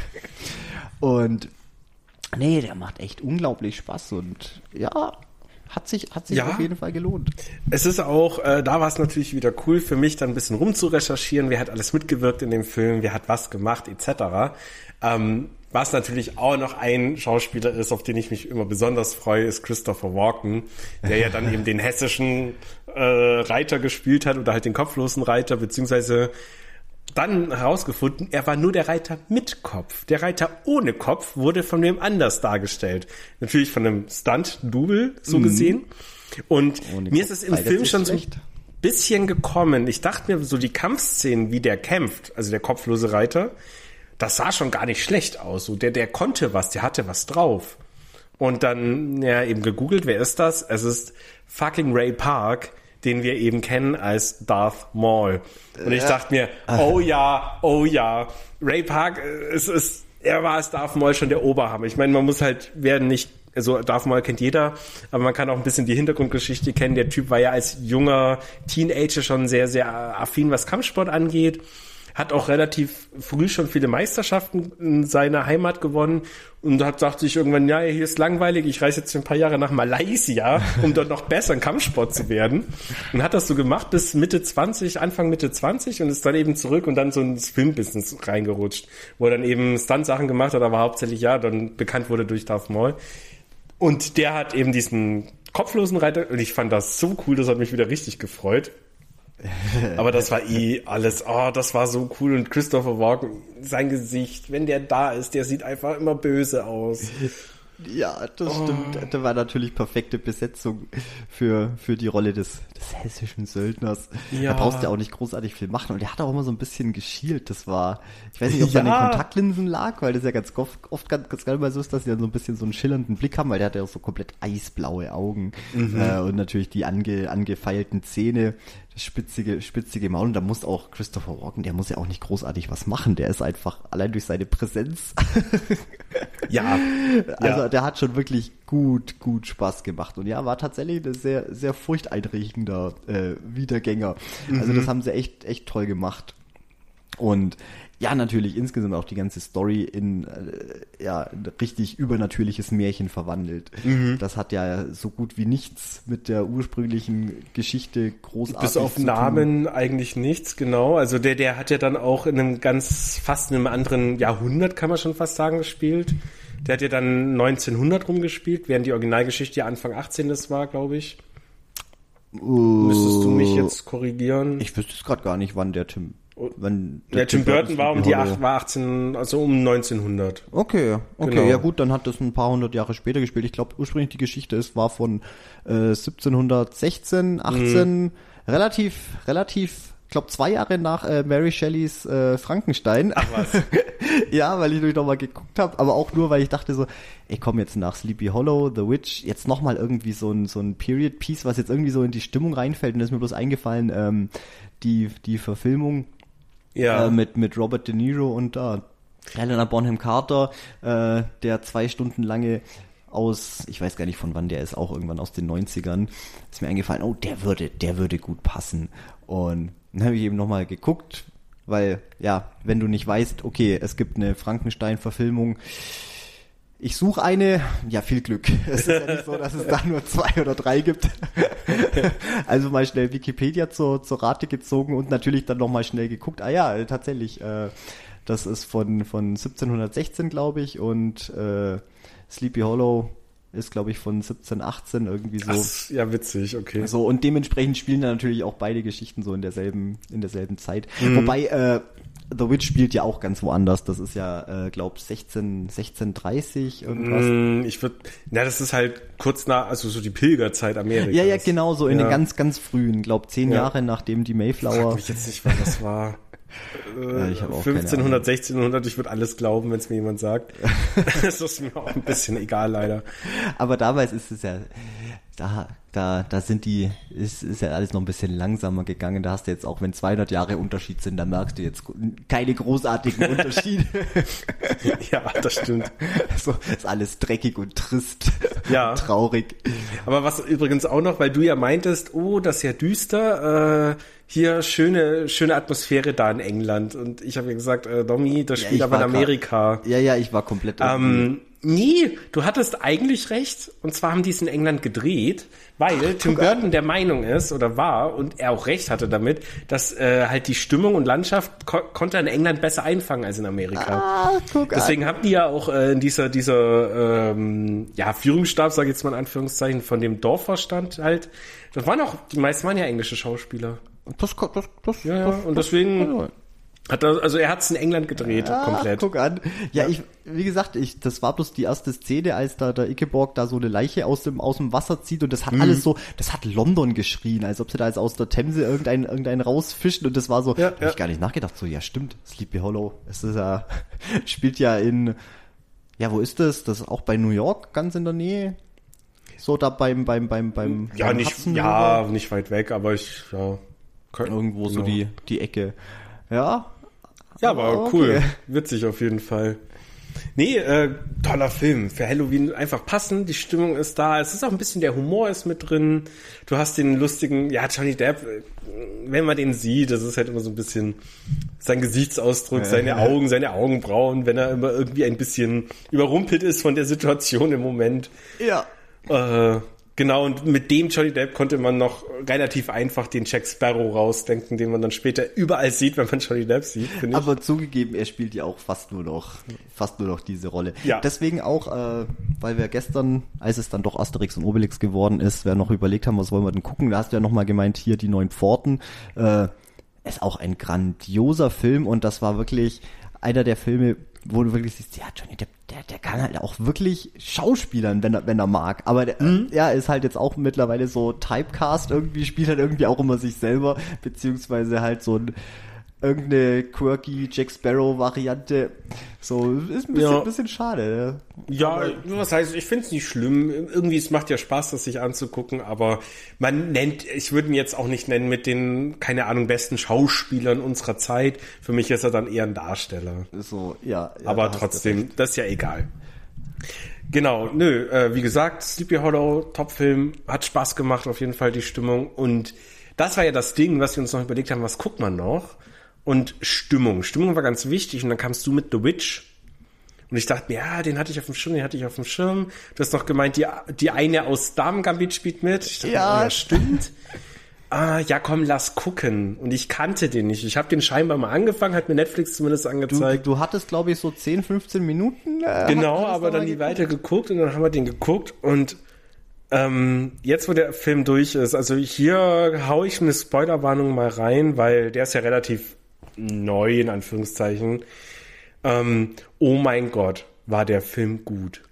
B: Und nee, der macht echt unglaublich Spaß und hat sich auf jeden Fall gelohnt.
A: Es ist auch, da war es natürlich wieder cool für mich, dann ein bisschen rumzurecherchieren, wer hat alles mitgewirkt in dem Film, wer hat was gemacht, etc. Was natürlich auch noch ein Schauspieler ist, auf den ich mich immer besonders freue, ist Christopher Walken, der ja dann eben den hessischen Reiter gespielt hat oder halt den kopflosen Reiter, beziehungsweise dann herausgefunden, er war nur der Reiter mit Kopf. Der Reiter ohne Kopf wurde von wem anders dargestellt. Natürlich von einem Stunt-Double, so gesehen. Und ohne mir Kopf ist es im Film schon so ein bisschen gekommen. Ich dachte mir, so die Kampfszenen, wie der kämpft, also der kopflose Reiter, das sah schon gar nicht schlecht aus. So, der konnte was, der hatte was drauf. Und dann, eben gegoogelt, wer ist das? Es ist fucking Ray Park, den wir eben kennen als Darth Maul. Und ich dachte mir, oh ja, Ray Park, er war als Darth Maul schon der Oberhammer. Ich meine, man muss halt, wer nicht also Darth Maul kennt jeder, aber man kann auch ein bisschen die Hintergrundgeschichte kennen. Der Typ war ja als junger Teenager schon sehr, sehr affin, was Kampfsport angeht. Hat auch relativ früh schon viele Meisterschaften in seiner Heimat gewonnen und sagt sich irgendwann, ja, hier ist langweilig, ich reise jetzt für ein paar Jahre nach Malaysia, um dort noch besser in Kampfsport zu werden. Und hat das so gemacht bis Anfang Mitte 20 und ist dann eben zurück und dann so ins Filmbusiness reingerutscht, wo er dann eben Stunt-Sachen gemacht hat, aber hauptsächlich dann bekannt wurde durch Darth Maul. Und der hat eben diesen kopflosen Reiter und ich fand das so cool, das hat mich wieder richtig gefreut. Aber das war alles, das war so cool. Und Christopher Walken, sein Gesicht, wenn der da ist, der sieht einfach immer böse aus.
B: Ja, das stimmt. Da war natürlich perfekte Besetzung für die Rolle des hessischen Söldners. Ja. Da brauchst du ja auch nicht großartig viel machen. Und der hat auch immer so ein bisschen geschielt. Das war, ich weiß nicht, ob es an den Kontaktlinsen lag, weil das ja ganz oft ganz geil mal so ist, dass die dann so ein bisschen so einen schillernden Blick haben, weil der hat ja auch so komplett eisblaue Augen. Und natürlich die angefeilten Zähne, das spitzige Maul. Und da muss auch Christopher Walken, der muss ja auch nicht großartig was machen. Der ist einfach allein durch seine Präsenz.
A: Ja.
B: Also der hat schon wirklich gut Spaß gemacht. Und ja, war tatsächlich ein sehr, sehr furchteinregender Wiedergänger. Also das haben sie echt toll gemacht. Und ja, natürlich insgesamt auch die ganze Story in ein richtig übernatürliches Märchen verwandelt. Das hat ja so gut wie nichts mit der ursprünglichen Geschichte großartig
A: bis auf
B: zu
A: Namen
B: tun.
A: eigentlich nichts, genau. Also der hat ja dann auch fast in einem anderen Jahrhundert, kann man schon fast sagen, gespielt. Der hat ja dann 1900 rumgespielt, während die Originalgeschichte ja Anfang 18. war, glaube ich. Müsstest du mich jetzt korrigieren?
B: Ich wüsste es gerade gar nicht, wann der Tim...
A: Der Tim Burton war war 18, also um 1900.
B: Okay, genau. Ja gut, dann hat das ein paar hundert Jahre später gespielt. Ich glaube, ursprünglich die Geschichte war von 1716, 18, relativ, ich glaube 2 Jahre nach Mary Shelleys Frankenstein.
A: Ach was.
B: Ja, weil ich durch nochmal geguckt habe, aber auch nur, weil ich dachte so, ey komm, jetzt nach Sleepy Hollow, The Witch, jetzt nochmal irgendwie so ein Period-Piece, was jetzt irgendwie so in die Stimmung reinfällt. Und da ist mir bloß eingefallen, die Verfilmung mit Robert De Niro und Helena Bonham Carter, der 2 Stunden lange ich weiß gar nicht von wann der ist, auch irgendwann aus den 90ern, ist mir eingefallen, der würde gut passen. Und dann habe ich eben nochmal geguckt, weil, ja, wenn du nicht weißt, okay, es gibt eine Frankenstein-Verfilmung, ich suche eine, ja, viel Glück. Es ist ja nicht so, dass es da nur 2 oder 3 gibt. Also mal schnell Wikipedia zur Rate gezogen und natürlich dann nochmal schnell geguckt. Ah ja, tatsächlich, das ist von 1716, glaube ich, und Sleepy Hollow ist, glaube ich, von 1718 irgendwie so.
A: Ach, ja, witzig, okay.
B: So, und dementsprechend spielen da natürlich auch beide Geschichten so in derselben Zeit. Wobei, The Witch spielt ja auch ganz woanders. Das ist ja, glaube 1630 irgendwas.
A: Das ist halt kurz nach, also so die Pilgerzeit Amerikas.
B: Ja, genau, so in den ganz, ganz frühen, glaube 10 Jahre nachdem die Mayflower.
A: Frag mich jetzt nicht, wann das war. Ich habe auch 1500, 1600, ich würde alles glauben, wenn es mir jemand sagt. Das ist mir auch ein bisschen egal, leider.
B: Aber damals ist es ja, ist ja alles noch ein bisschen langsamer gegangen. Da hast du jetzt auch, wenn 200 Jahre Unterschied sind, da merkst du jetzt keine großartigen Unterschiede.
A: Ja, das stimmt.
B: So, ist alles dreckig und trist.
A: Ja.
B: Traurig.
A: Aber was übrigens auch noch, weil du ja meintest, das ist ja düster, hier schöne Atmosphäre da in England. Und ich habe ja gesagt, Domi, das spielt aber in Amerika.
B: Ja, ich war komplett
A: Nee, du hattest eigentlich recht. Und zwar haben die es in England gedreht, weil Tim Burton der Meinung ist oder war und er auch recht hatte damit, dass halt die Stimmung und Landschaft konnte in England besser einfangen als in Amerika. Deswegen haben die ja auch in dieser Führungsstab, sage ich jetzt mal in Anführungszeichen, von dem Dorfvorstand halt, die meisten waren ja englische Schauspieler. Und deswegen er hat es in England gedreht, komplett.
B: Guck an. Ja, wie gesagt, das war bloß die erste Szene, als da der Ickeborg da so eine Leiche aus dem Wasser zieht und das hat alles so, das hat London geschrien, als ob sie da jetzt aus der Themse irgendeinen rausfischen und das war so, hab ich gar nicht nachgedacht, so, ja stimmt, Sleepy Hollow, es ist ja, spielt ja wo ist das? Das ist auch bei New York, ganz in der Nähe. So da beim
A: nicht weit weg, aber
B: irgendwo so die Ecke. Ja.
A: Ja, aber cool. Witzig auf jeden Fall. Nee, toller Film. Für Halloween einfach passend, die Stimmung ist da. Es ist auch ein bisschen, der Humor ist mit drin. Du hast den lustigen, ja, Johnny Depp, wenn man den sieht, das ist halt immer so ein bisschen sein Gesichtsausdruck, seine Augen, seine Augenbrauen, wenn er immer irgendwie ein bisschen überrumpelt ist von der Situation im Moment.
B: Ja.
A: Genau, und mit dem Johnny Depp konnte man noch relativ einfach den Jack Sparrow rausdenken, den man dann später überall sieht, wenn man Johnny Depp sieht, finde ich.
B: Aber zugegeben, er spielt ja auch fast nur noch diese Rolle.
A: Ja.
B: Deswegen auch, weil wir gestern, als es dann doch Asterix und Obelix geworden ist, wir noch überlegt haben, was wollen wir denn gucken, da hast du ja nochmal gemeint, hier die 9 Pforten, ist auch ein grandioser Film und das war wirklich einer der Filme, wo du wirklich siehst, ja, Johnny Depp, der kann halt auch wirklich schauspielern, wenn er mag. Aber er ist halt jetzt auch mittlerweile so Typecast irgendwie, spielt halt irgendwie auch immer sich selber, beziehungsweise halt so irgendeine quirky Jack Sparrow-Variante. So, ist ein bisschen schade.
A: Ja, was heißt, ich finde es nicht schlimm. Irgendwie, es macht ja Spaß, das sich anzugucken, aber ich würde ihn jetzt auch nicht nennen mit den, keine Ahnung, besten Schauspielern unserer Zeit. Für mich ist er dann eher ein Darsteller.
B: So, ja.
A: Aber trotzdem, das ist ja egal. Genau, wie gesagt, Sleepy Hollow, Top-Film, hat Spaß gemacht, auf jeden Fall die Stimmung. Und das war ja das Ding, was wir uns noch überlegt haben, was guckt man noch? Und Stimmung. Stimmung war ganz wichtig und dann kamst du mit The Witch. Und ich dachte mir, ja, den hatte ich auf dem Schirm. Du hast noch gemeint, die eine aus Damen Gambit spielt mit. Ich dachte, ja, stimmt. Ja, komm, lass gucken. Und ich kannte den nicht. Ich habe den scheinbar mal angefangen, hat mir Netflix zumindest angezeigt.
B: Du hattest, glaube ich, so 10, 15 Minuten.
A: Genau, aber dann nie weiter geguckt und dann haben wir den geguckt und jetzt, wo der Film durch ist, also hier hau ich eine Spoilerwarnung mal rein, weil der ist ja relativ neu, in Anführungszeichen. Oh mein Gott, war der Film gut.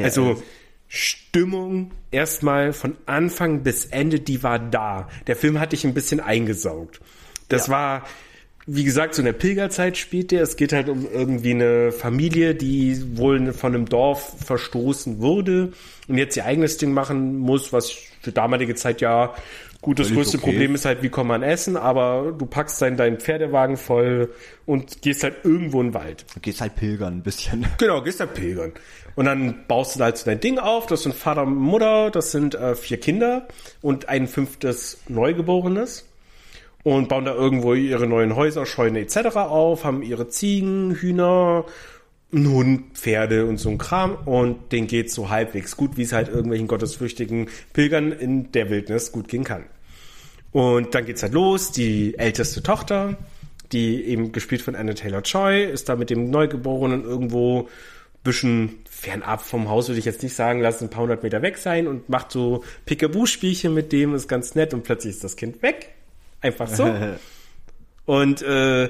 A: Stimmung erstmal von Anfang bis Ende, die war da. Der Film hat dich ein bisschen eingesaugt. Das war, wie gesagt, so in der Pilgerzeit spielt der. Es geht halt um irgendwie eine Familie, die wohl von einem Dorf verstoßen wurde und jetzt ihr eigenes Ding machen muss, was für damalige Zeit ja gut, das größte Problem ist halt, wie kann man essen, aber du packst deinen Pferdewagen voll und gehst halt irgendwo in den Wald.
B: Du gehst halt pilgern ein bisschen.
A: Genau, gehst halt pilgern. Und dann baust du da halt so dein Ding auf, das sind Vater und Mutter, das sind 4 Kinder und ein 5. Neugeborenes. Und bauen da irgendwo ihre neuen Häuser, Scheune etc. auf, haben ihre Ziegen, Hühner, einen Hund, Pferde und so ein Kram. Und denen geht's so halbwegs gut, wie es halt irgendwelchen gottesfürchtigen Pilgern in der Wildnis gut gehen kann. Und dann geht's halt los. Die älteste Tochter, die eben gespielt von Anna Taylor-Joy, ist da mit dem Neugeborenen irgendwo ein bisschen fernab vom Haus, würde ich jetzt nicht sagen, lass ein paar 100 Meter weg sein und macht so Pickaboo-Spielchen mit dem, ist ganz nett und plötzlich ist das Kind weg. Einfach so. Und wir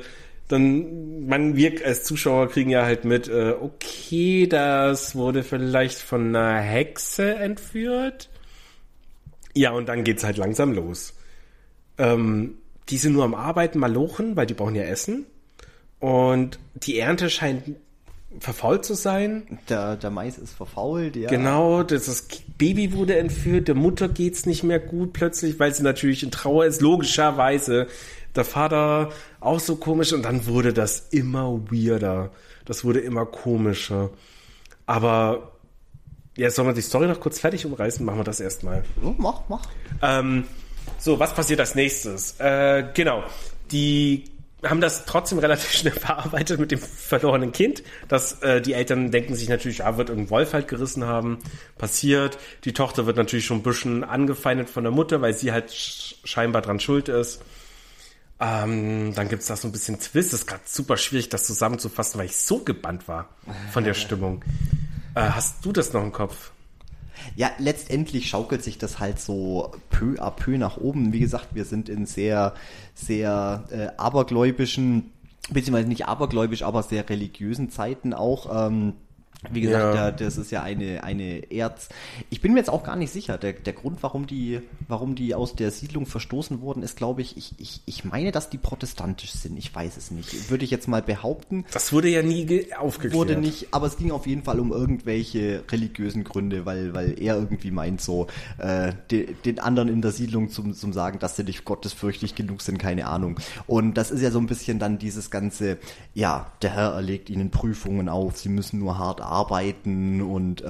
A: als Zuschauer kriegen ja halt mit, okay, das wurde vielleicht von einer Hexe entführt. Ja, und dann geht's halt langsam los. Die sind nur am Arbeiten, malochen, weil die brauchen ja Essen. Und die Ernte scheint verfault zu sein.
B: Der Mais ist verfault, ja.
A: Genau, das Baby wurde entführt, der Mutter geht's nicht mehr gut plötzlich, weil sie natürlich in Trauer ist, logischerweise. Der Vater auch so komisch und dann wurde das immer weirder. Das wurde immer komischer. Aber jetzt sollen wir die Story noch kurz fertig umreißen, machen wir das erstmal.
B: Oh, mach.
A: So, was passiert als nächstes? Genau, die haben das trotzdem relativ schnell verarbeitet mit dem verlorenen Kind. Die Eltern denken sich natürlich, wird irgendein Wolf halt gerissen haben. Passiert. Die Tochter wird natürlich schon ein bisschen angefeindet von der Mutter, weil sie halt scheinbar dran schuld ist. Dann gibt's da so ein bisschen Twist. Es ist gerade super schwierig, das zusammenzufassen, weil ich so gebannt war von der Stimmung. Hast du das noch im Kopf?
B: Ja, letztendlich schaukelt sich das halt so peu à peu nach oben. Wie gesagt, wir sind in sehr, sehr abergläubischen, beziehungsweise nicht abergläubisch, aber sehr religiösen Zeiten auch. Wie gesagt, das ist ja eine Ich bin mir jetzt auch gar nicht sicher. Der Grund, warum die aus der Siedlung verstoßen wurden, ist, glaube ich meine, dass die protestantisch sind. Ich weiß es nicht. Würde ich jetzt mal behaupten.
A: Das wurde ja nie aufgeklärt.
B: Wurde nicht, aber es ging auf jeden Fall um irgendwelche religiösen Gründe, weil er irgendwie meint, so den anderen in der Siedlung zum sagen, dass sie nicht gottesfürchtig genug sind, keine Ahnung. Und das ist ja so ein bisschen dann dieses ganze, ja, der Herr erlegt ihnen Prüfungen auf, sie müssen nur hart arbeiten und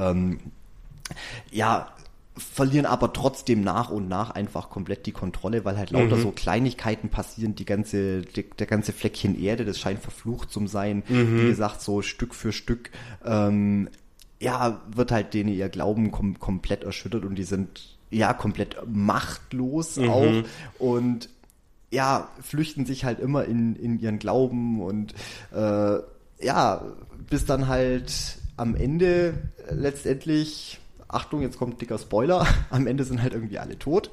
B: verlieren aber trotzdem nach und nach einfach komplett die Kontrolle, weil halt lauter so Kleinigkeiten passieren, der ganze Fleckchen Erde, das scheint verflucht zu sein. Wie gesagt, so Stück für Stück wird halt denen ihr Glauben komplett erschüttert und die sind komplett machtlos auch und flüchten sich halt immer in ihren Glauben und bis dann halt am Ende letztendlich, Achtung, jetzt kommt ein dicker Spoiler, am Ende sind halt irgendwie alle tot.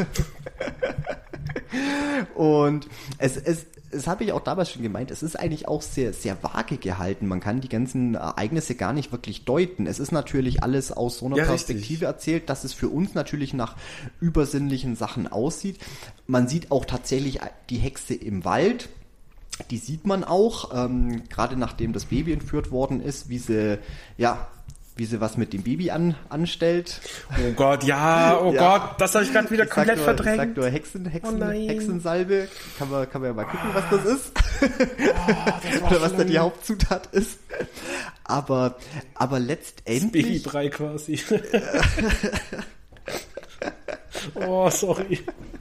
B: Und es habe ich auch damals schon gemeint, es ist eigentlich auch sehr, sehr vage gehalten. Man kann die ganzen Ereignisse gar nicht wirklich deuten. Es ist natürlich alles aus so einer Perspektive erzählt, dass es für uns natürlich nach übersinnlichen Sachen aussieht. Man sieht auch tatsächlich die Hexe im Wald. Die sieht man auch, gerade nachdem das Baby entführt worden ist, wie sie was mit dem Baby anstellt.
A: Oh Gott, Gott, das habe ich gerade wieder komplett verdrängt.
B: Ich sag nur Hexensalbe. Kann man ja mal gucken, was das ist. Oder was da die Hauptzutat ist. Aber letztendlich...
A: Das Babybrei quasi. Oh, sorry.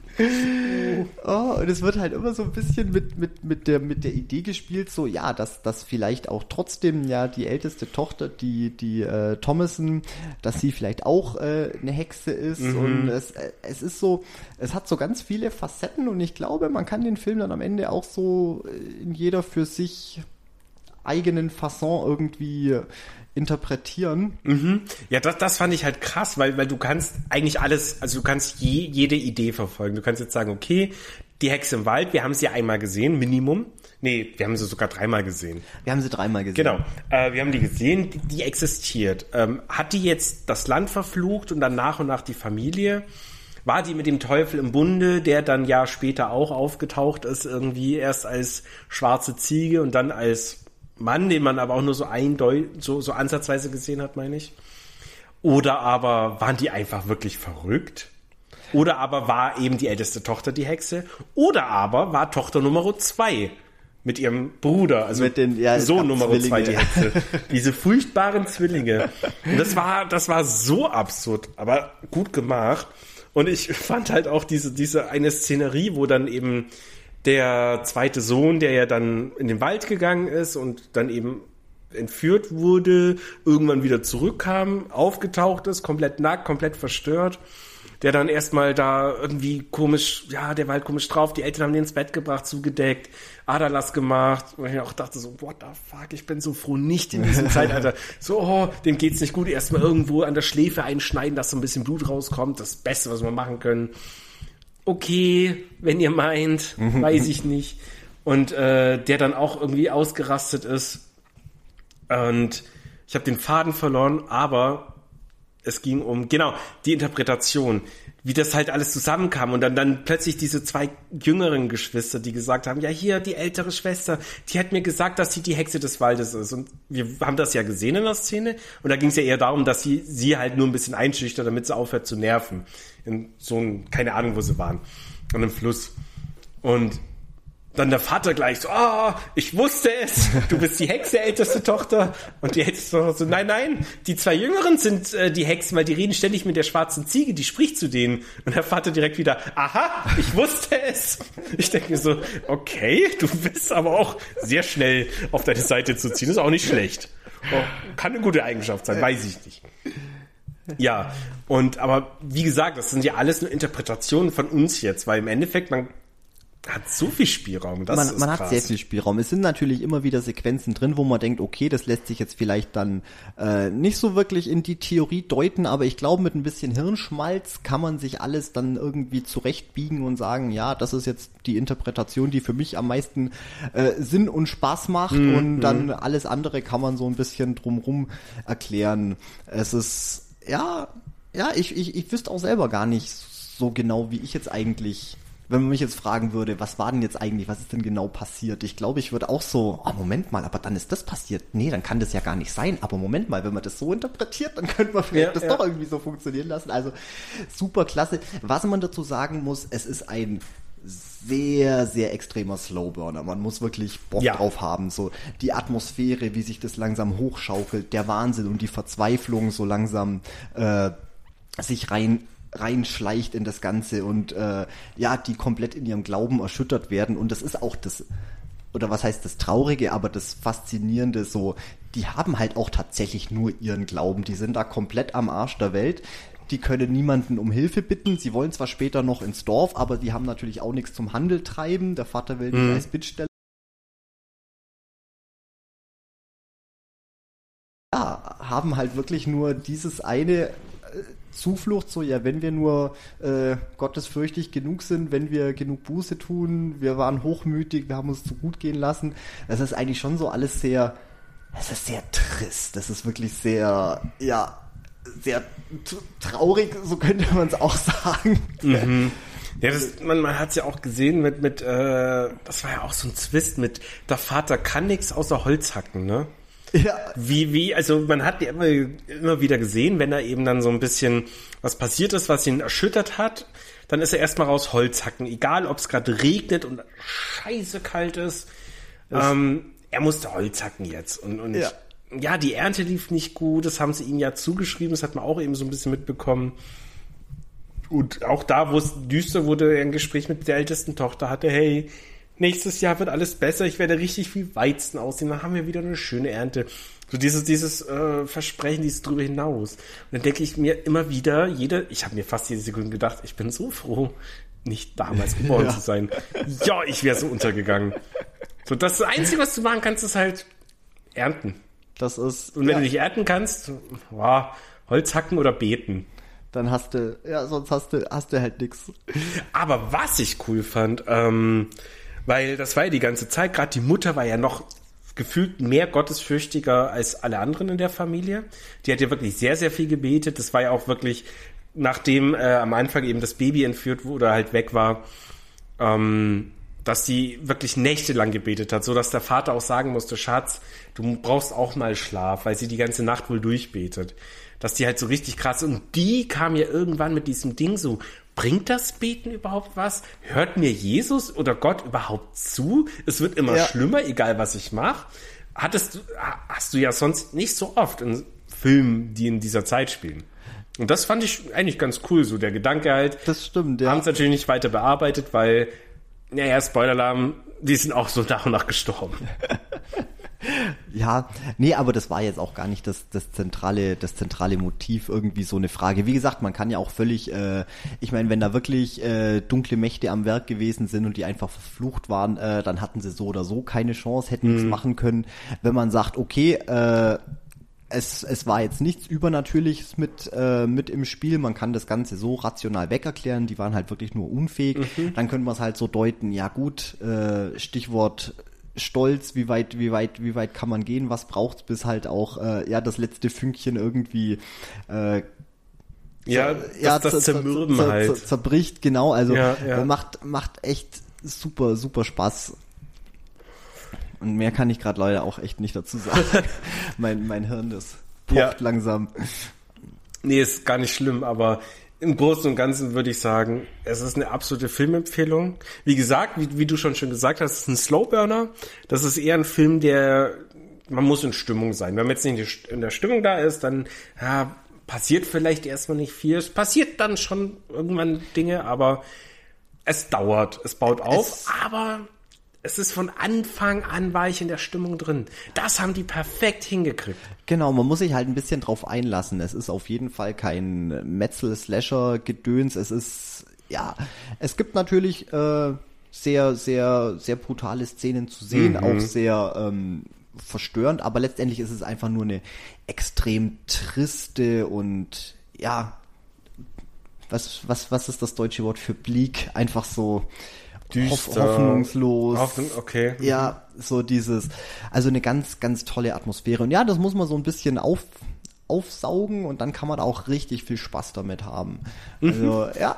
B: Und es wird halt immer so ein bisschen mit der Idee gespielt, so dass vielleicht auch trotzdem die älteste Tochter, die Thomason, dass sie vielleicht auch eine Hexe ist und es ist so, es hat so ganz viele Facetten und ich glaube, man kann den Film dann am Ende auch so in jeder für sich eigenen Fasson irgendwie interpretieren.
A: Ja, das fand ich halt krass, weil du kannst eigentlich alles, also du kannst jede Idee verfolgen. Du kannst jetzt sagen, okay, die Hexe im Wald, wir haben sie einmal gesehen, Minimum. Nee, wir haben sie sogar 3-mal gesehen.
B: Wir haben sie 3-mal gesehen.
A: Genau, wir haben die gesehen, die existiert. Hat die jetzt das Land verflucht und dann nach und nach die Familie? War die mit dem Teufel im Bunde, der dann ja später auch aufgetaucht ist, irgendwie erst als schwarze Ziege und dann als Mann, den man aber auch nur so ansatzweise gesehen hat, meine ich. Oder aber waren die einfach wirklich verrückt? Oder aber war eben die älteste Tochter die Hexe? Oder aber war Tochter Nummer 2 mit ihrem Bruder, also
B: mit den,
A: Sohn Nummer 2 die Hexe. Diese furchtbaren Zwillinge. Und das war so absurd, aber gut gemacht. Und ich fand halt auch diese eine Szenerie, wo dann eben der zweite Sohn, der ja dann in den Wald gegangen ist und dann eben entführt wurde, irgendwann wieder zurückkam, aufgetaucht ist, komplett nackt, komplett verstört, der dann erstmal da irgendwie komisch, der war halt komisch drauf, die Eltern haben den ins Bett gebracht, zugedeckt, Aderlass gemacht, und ich auch dachte so, what the fuck, ich bin so froh, nicht in diesem Zeitalter, so, dem geht's nicht gut, erstmal irgendwo an der Schläfe einschneiden, dass so ein bisschen Blut rauskommt, das Beste, was wir machen können. Okay, wenn ihr meint, weiß ich nicht. Und der dann auch irgendwie ausgerastet ist. Und ich habe den Faden verloren, aber es ging um, die Interpretation, wie das halt alles zusammenkam. Und dann plötzlich diese 2 jüngeren Geschwister, die gesagt haben, ja hier, die ältere Schwester, die hat mir gesagt, dass sie die Hexe des Waldes ist. Und wir haben das ja gesehen in der Szene. Und da ging es ja eher darum, dass sie halt nur ein bisschen einschüchtert, damit sie aufhört zu nerven. In so einem, keine Ahnung, wo sie waren, an einem Fluss. Und dann der Vater gleich so, ich wusste es, du bist die Hexe, älteste Tochter. Und die älteste Tochter so, nein, die 2 Jüngeren sind die Hexen, weil die reden ständig mit der schwarzen Ziege, die spricht zu denen. Und der Vater direkt wieder, aha, ich wusste es. Ich denke mir so, okay, du bist aber auch sehr schnell auf deine Seite zu ziehen, ist auch nicht schlecht. Kann eine gute Eigenschaft sein, weiß ich nicht. Ja, aber wie gesagt, das sind ja alles nur Interpretationen von uns jetzt, weil im Endeffekt, Hat so viel Spielraum,
B: man hat sehr viel Spielraum. Es sind natürlich immer wieder Sequenzen drin, wo man denkt, okay, das lässt sich jetzt vielleicht dann nicht so wirklich in die Theorie deuten, aber ich glaube, mit ein bisschen Hirnschmalz kann man sich alles dann irgendwie zurechtbiegen und sagen, ja, das ist jetzt die Interpretation, die für mich am meisten Sinn und Spaß macht und dann alles andere kann man so ein bisschen drumrum erklären. Es ist, ich wüsste auch selber gar nicht so genau, wie ich jetzt eigentlich... Wenn man mich jetzt fragen würde, was war denn jetzt eigentlich, was ist denn genau passiert? Ich glaube, ich würde auch so, Moment mal, aber dann ist das passiert. Nee, dann kann das ja gar nicht sein. Aber Moment mal, wenn man das so interpretiert, dann könnte man vielleicht das doch irgendwie so funktionieren lassen. Also super klasse. Was man dazu sagen muss, es ist ein sehr, sehr extremer Slowburner. Man muss wirklich Bock drauf haben. So die Atmosphäre, wie sich das langsam hochschaukelt, der Wahnsinn und die Verzweiflung so langsam sich reinschleicht in das Ganze und die komplett in ihrem Glauben erschüttert werden und das ist auch das, oder was heißt das Traurige, aber das Faszinierende so, die haben halt auch tatsächlich nur ihren Glauben, die sind da komplett am Arsch der Welt, die können niemanden um Hilfe bitten, sie wollen zwar später noch ins Dorf, aber die haben natürlich auch nichts zum Handel treiben, der Vater will nicht als Bittsteller. Ja, haben halt wirklich nur dieses eine Zuflucht, so wenn wir nur gottesfürchtig genug sind, wenn wir genug Buße tun, wir waren hochmütig, wir haben uns zu gut gehen lassen. Das ist eigentlich schon so alles sehr trist. Das ist wirklich sehr traurig, so könnte man es auch sagen.
A: Mhm. Ja, man hat es ja auch gesehen mit das war ja auch so ein Twist mit, der Vater kann nichts außer Holz hacken, ne? Ja. Also man hat ja immer wieder gesehen, wenn da eben dann so ein bisschen was passiert ist, was ihn erschüttert hat, dann ist er erstmal raus Holz hacken, egal ob es gerade regnet und scheiße kalt ist. Er musste Holz hacken jetzt und die Ernte lief nicht gut, das haben sie ihm ja zugeschrieben, das hat man auch eben so ein bisschen mitbekommen. Und auch da, wo es düster wurde, ein Gespräch mit der ältesten Tochter hatte, hey, nächstes Jahr wird alles besser, ich werde richtig viel Weizen aussehen, dann haben wir wieder eine schöne Ernte. So dieses Versprechen, dieses drüber hinaus. Und dann denke ich mir immer wieder, ich habe mir fast jede Sekunde gedacht, ich bin so froh, nicht damals geboren zu sein. Ja, ich wäre so untergegangen. So, das Einzige, was du machen kannst, ist halt ernten. Und wenn du nicht ernten kannst, Holz hacken oder beten.
B: Dann sonst hast du halt nix.
A: Aber was ich cool fand, weil das war ja die ganze Zeit, gerade die Mutter war ja noch gefühlt mehr gottesfürchtiger als alle anderen in der Familie. Die hat ja wirklich sehr, sehr viel gebetet. Das war ja auch wirklich, nachdem am Anfang eben das Baby entführt wurde oder halt weg war, dass sie wirklich nächtelang gebetet hat, so dass der Vater auch sagen musste, Schatz, du brauchst auch mal Schlaf, weil sie die ganze Nacht wohl durchbetet. Dass die halt so richtig krass, und die kam ja irgendwann mit diesem Ding so, bringt das Beten überhaupt was? Hört mir Jesus oder Gott überhaupt zu? Es wird immer schlimmer, egal was ich mache. Hast du ja sonst nicht so oft in Filmen, die in dieser Zeit spielen. Und das fand ich eigentlich ganz cool, so der Gedanke halt.
B: Das stimmt, ja.
A: Haben es natürlich nicht weiter bearbeitet, weil, Spoiler-Alarm, die sind auch so nach und nach gestorben.
B: Ja, nee, aber das war jetzt auch gar nicht das zentrale Motiv, irgendwie so eine Frage. Wie gesagt, man kann ja auch völlig, ich meine, wenn da wirklich dunkle Mächte am Werk gewesen sind und die einfach verflucht waren, dann hatten sie so oder so keine Chance, hätten nichts machen können. Wenn man sagt, okay, es war jetzt nichts Übernatürliches mit im Spiel, man kann das Ganze so rational wegerklären, die waren halt wirklich nur unfähig, dann können wir es halt so deuten, ja gut, Stichwort Stolz, wie weit kann man gehen, was braucht's, bis halt auch das letzte Fünkchen irgendwie
A: das Zermürben halt
B: zerbricht, genau, also macht echt super, super Spaß. Und mehr kann ich gerade leider auch echt nicht dazu sagen. mein Hirn, das pocht langsam.
A: Nee, ist gar nicht schlimm, aber im Großen und Ganzen würde ich sagen, es ist eine absolute Filmempfehlung. Wie gesagt, wie du schon gesagt hast, es ist ein Slowburner. Das ist eher ein Film, man muss in Stimmung sein. Wenn man jetzt nicht in der Stimmung da ist, dann passiert vielleicht erstmal nicht viel. Es passiert dann schon irgendwann Dinge, aber es dauert. Es baut auf, aber es ist von Anfang an, war ich in der Stimmung drin. Das haben die perfekt hingekriegt.
B: Genau, man muss sich halt ein bisschen drauf einlassen. Es ist auf jeden Fall kein Metzel-Slasher-Gedöns. Es gibt natürlich sehr, sehr, sehr brutale Szenen zu sehen, auch sehr verstörend, aber letztendlich ist es einfach nur eine extrem triste und ja, was ist das deutsche Wort für bleak? Einfach so
A: düster,
B: hoffnungslos.
A: Okay.
B: Ja, so also eine ganz, ganz tolle Atmosphäre. Und ja, das muss man so ein bisschen aufsaugen und dann kann man auch richtig viel Spaß damit haben. Also, ja,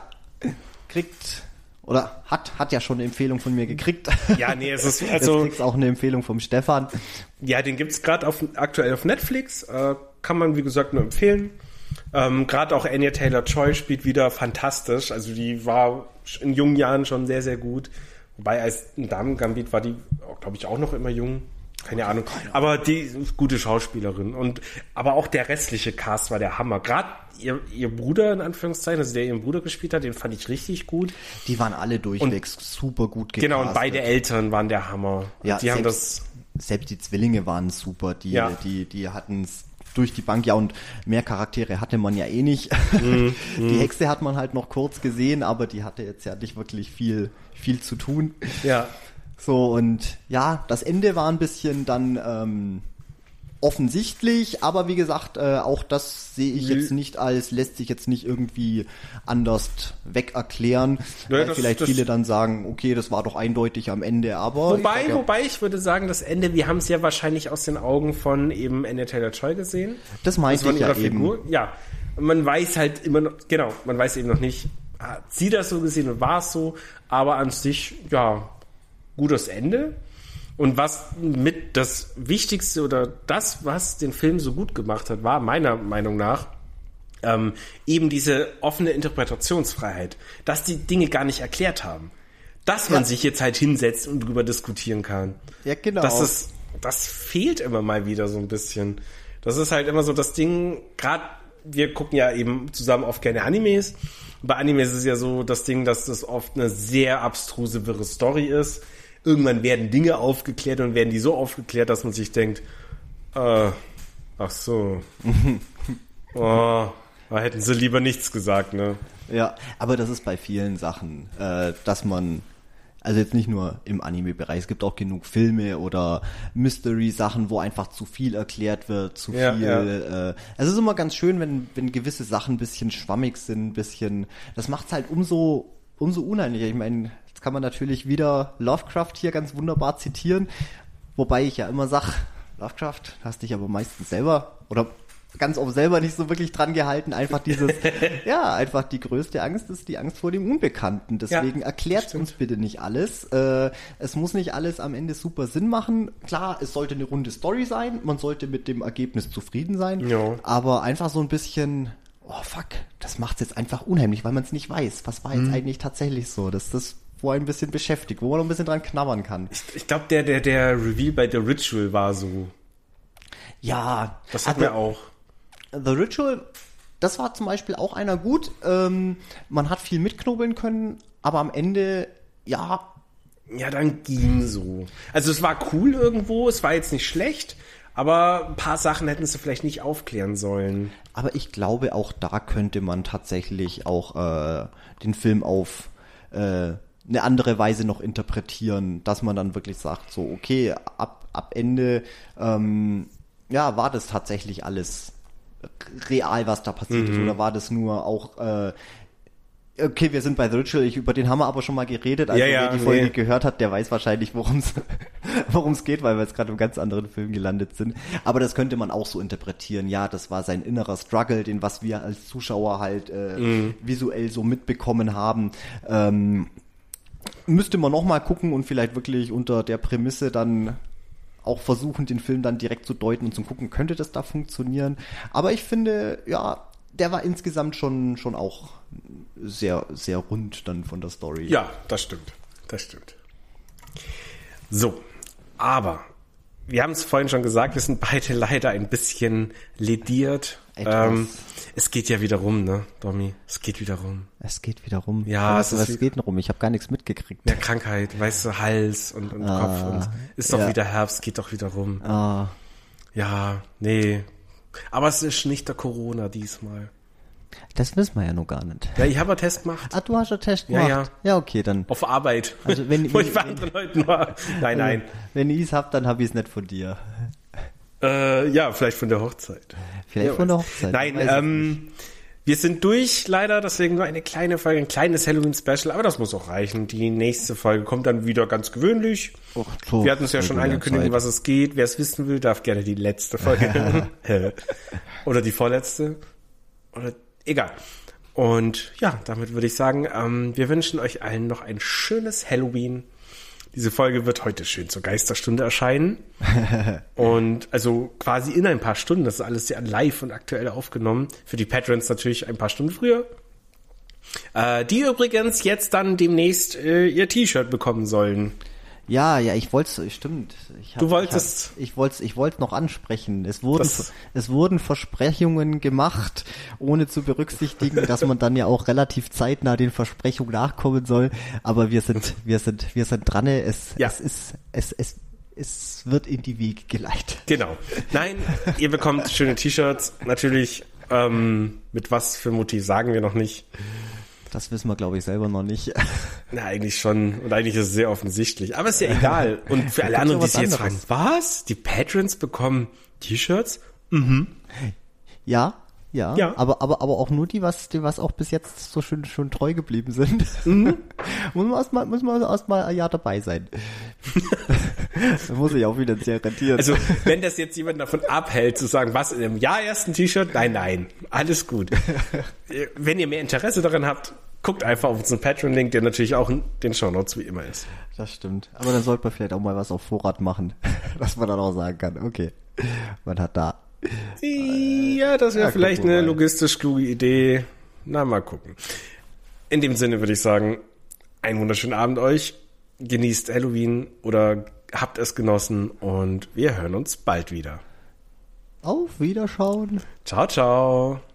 B: hat ja schon eine Empfehlung von mir gekriegt.
A: Ja, nee, es ist,
B: Jetzt kriegst auch eine Empfehlung vom Stefan.
A: Ja, den gibt's gerade aktuell auf Netflix. Kann man, wie gesagt, nur empfehlen. Gerade auch Anya Taylor-Joy spielt wieder fantastisch. Also die war in jungen Jahren schon sehr, sehr gut. Wobei als Damen-Gambit war die, glaube ich, auch noch immer jung. Keine Ahnung. Aber die gute Schauspielerin. Aber auch der restliche Cast war der Hammer. Gerade ihr Bruder, in Anführungszeichen, also der ihren Bruder gespielt hat, den fand ich richtig gut.
B: Die waren alle durchweg super gut gecastet.
A: Genau, und beide Eltern waren der Hammer.
B: Ja,
A: die haben das.
B: Selbst die Zwillinge waren super. Die hatten es durch die Bank, ja, und mehr Charaktere hatte man ja eh nicht. Die Hexe hat man halt noch kurz gesehen, aber die hatte jetzt ja nicht wirklich viel zu tun.
A: Ja.
B: So, und ja, das Ende war ein bisschen dann offensichtlich, aber wie gesagt, auch das sehe ich jetzt nicht lässt sich jetzt nicht irgendwie anders weg erklären, weil vielleicht viele dann sagen, okay, das war doch eindeutig am Ende, aber...
A: Wobei ich würde sagen, das Ende, wir haben es ja wahrscheinlich aus den Augen von eben Anya Taylor-Joy gesehen.
B: Das meinte ich ja eben.
A: Figur. Ja, man weiß halt immer noch, genau, man weiß eben noch nicht, hat sie das so gesehen und war es so, aber an sich, ja, gutes Ende. Und was mit das Wichtigste oder das, was den Film so gut gemacht hat, war meiner Meinung nach eben diese offene Interpretationsfreiheit, dass die Dinge gar nicht erklärt haben. Dass man sich jetzt halt hinsetzt und drüber diskutieren kann.
B: Ja, genau.
A: Das fehlt immer mal wieder so ein bisschen. Das ist halt immer so das Ding, gerade wir gucken ja eben zusammen oft gerne Animes. Bei Animes ist es ja so das Ding, dass das oft eine sehr abstruse, wirre Story ist. Irgendwann werden Dinge aufgeklärt und werden die so aufgeklärt, dass man sich denkt, ach so, da hätten sie lieber nichts gesagt, ne?
B: Ja, aber das ist bei vielen Sachen, dass man, also jetzt nicht nur im Anime-Bereich, es gibt auch genug Filme oder Mystery-Sachen, wo einfach zu viel erklärt wird, zu viel. Ja. Es ist immer ganz schön, wenn gewisse Sachen ein bisschen schwammig sind, das macht's halt umso unheimlicher. Ich meine, jetzt kann man natürlich wieder Lovecraft hier ganz wunderbar zitieren, wobei ich ja immer sag, Lovecraft, hast dich aber meistens selber oder ganz oft selber nicht so wirklich dran gehalten. Einfach einfach die größte Angst ist die Angst vor dem Unbekannten. Deswegen erklärt uns bitte nicht alles. Es muss nicht alles am Ende super Sinn machen. Klar, es sollte eine runde Story sein. Man sollte mit dem Ergebnis zufrieden sein.
A: Ja.
B: Aber einfach so ein bisschen, oh fuck, das macht's jetzt einfach unheimlich, weil man es nicht weiß. Was war jetzt eigentlich tatsächlich so? Das wo ein bisschen beschäftigt, wo man noch ein bisschen dran knabbern kann.
A: Ich glaube, der Reveal bei The Ritual war so.
B: Ja.
A: Das hat mir auch.
B: The Ritual, das war zum Beispiel auch einer gut. Man hat viel mitknobeln können, aber am Ende, ja.
A: Ja, dann ging so. Also es war cool irgendwo, es war jetzt nicht schlecht, aber ein paar Sachen hätten sie vielleicht nicht aufklären sollen.
B: Aber ich glaube, auch da könnte man tatsächlich auch den Film auf eine andere Weise noch interpretieren, dass man dann wirklich sagt, so okay, ab Ende war das tatsächlich alles real, was da passiert ist, oder war das nur auch okay, wir sind bei The Ritual, über den haben wir aber schon mal geredet, also wer die Folge gehört hat, der weiß wahrscheinlich, worum es geht, weil wir jetzt gerade im ganz anderen Film gelandet sind. Aber das könnte man auch so interpretieren, ja, das war sein innerer Struggle, den was wir als Zuschauer halt visuell so mitbekommen haben. Müsste man noch mal gucken und vielleicht wirklich unter der Prämisse dann auch versuchen, den Film dann direkt zu deuten und zu gucken, könnte das da funktionieren. Aber ich finde, ja, der war insgesamt schon auch sehr, sehr rund dann von der Story.
A: Ja, das stimmt. So, aber wir haben es vorhin schon gesagt, wir sind beide leider ein bisschen lediert. Es geht ja wieder rum, ne, Domi? Es geht wieder rum.
B: Ja, was geht denn rum? Ich habe gar nichts mitgekriegt.
A: Ja, Krankheit, weißt du, Hals und Kopf und ist doch wieder Herbst, geht doch wieder rum. Ja, nee. Aber es ist nicht der Corona diesmal.
B: Das wissen wir ja noch gar nicht.
A: Ja, ich habe einen Test gemacht.
B: Ah, du hast einen Test gemacht?
A: Ja.
B: Ja, okay, dann.
A: Auf Arbeit.
B: Also wenn,
A: wo ich bei anderen Leuten war. Nein.
B: Wenn ich es hab, dann habe ich es nicht von dir.
A: Ja, vielleicht von der Hochzeit.
B: Vielleicht von der Hochzeit.
A: Nein, wir sind durch, leider, deswegen nur eine kleine Folge, ein kleines Halloween-Special, aber das muss auch reichen. Die nächste Folge kommt dann wieder ganz gewöhnlich. Wir hatten es ja schon angekündigt, was es geht. Wer es wissen will, darf gerne die letzte Folge hören. Oder die vorletzte. Oder egal. Und ja, damit würde ich sagen, wir wünschen euch allen noch ein schönes Halloween. Diese Folge wird heute schön zur Geisterstunde erscheinen. Und also quasi in ein paar Stunden. Das ist alles sehr live und aktuell aufgenommen. Für die Patrons natürlich ein paar Stunden früher. Die übrigens jetzt dann demnächst ihr T-Shirt bekommen sollen.
B: Ja, ich wollte es, stimmt.
A: Du wolltest.
B: Ich wollte noch ansprechen. Es wurden Versprechungen gemacht, ohne zu berücksichtigen, dass man dann ja auch relativ zeitnah den Versprechungen nachkommen soll. Aber wir sind dran. Es wird in die Wege geleitet.
A: Genau. Nein, ihr bekommt schöne T-Shirts. Natürlich, mit was für Motiv sagen wir noch nicht.
B: Das wissen wir, glaube ich, selber noch nicht.
A: Na, eigentlich schon. Und eigentlich ist es sehr offensichtlich. Aber ist ja egal. Und für alle anderen, die sich jetzt fragen, was? Die Patrons bekommen T-Shirts? Mhm.
B: Ja. Aber auch nur die, was auch bis jetzt so schön schon treu geblieben sind. Mhm. muss man erstmal ein Jahr dabei sein. Da muss ich auch finanziell rentieren.
A: Also, wenn das jetzt jemand davon abhält, zu sagen, was, in einem Jahr erst ein T-Shirt? Nein, alles gut. Wenn ihr mehr Interesse daran habt, guckt einfach auf unseren Patreon-Link, der natürlich auch in den Shownotes wie immer ist.
B: Das stimmt. Aber dann sollte man vielleicht auch mal was auf Vorrat machen, dass man dann auch sagen kann, okay, man hat da.
A: Ja, das wäre vielleicht eine logistisch kluge Idee. Na, mal gucken. In dem Sinne würde ich sagen, einen wunderschönen Abend euch. Genießt Halloween oder habt es genossen und wir hören uns bald wieder.
B: Auf Wiederschauen.
A: Ciao, ciao.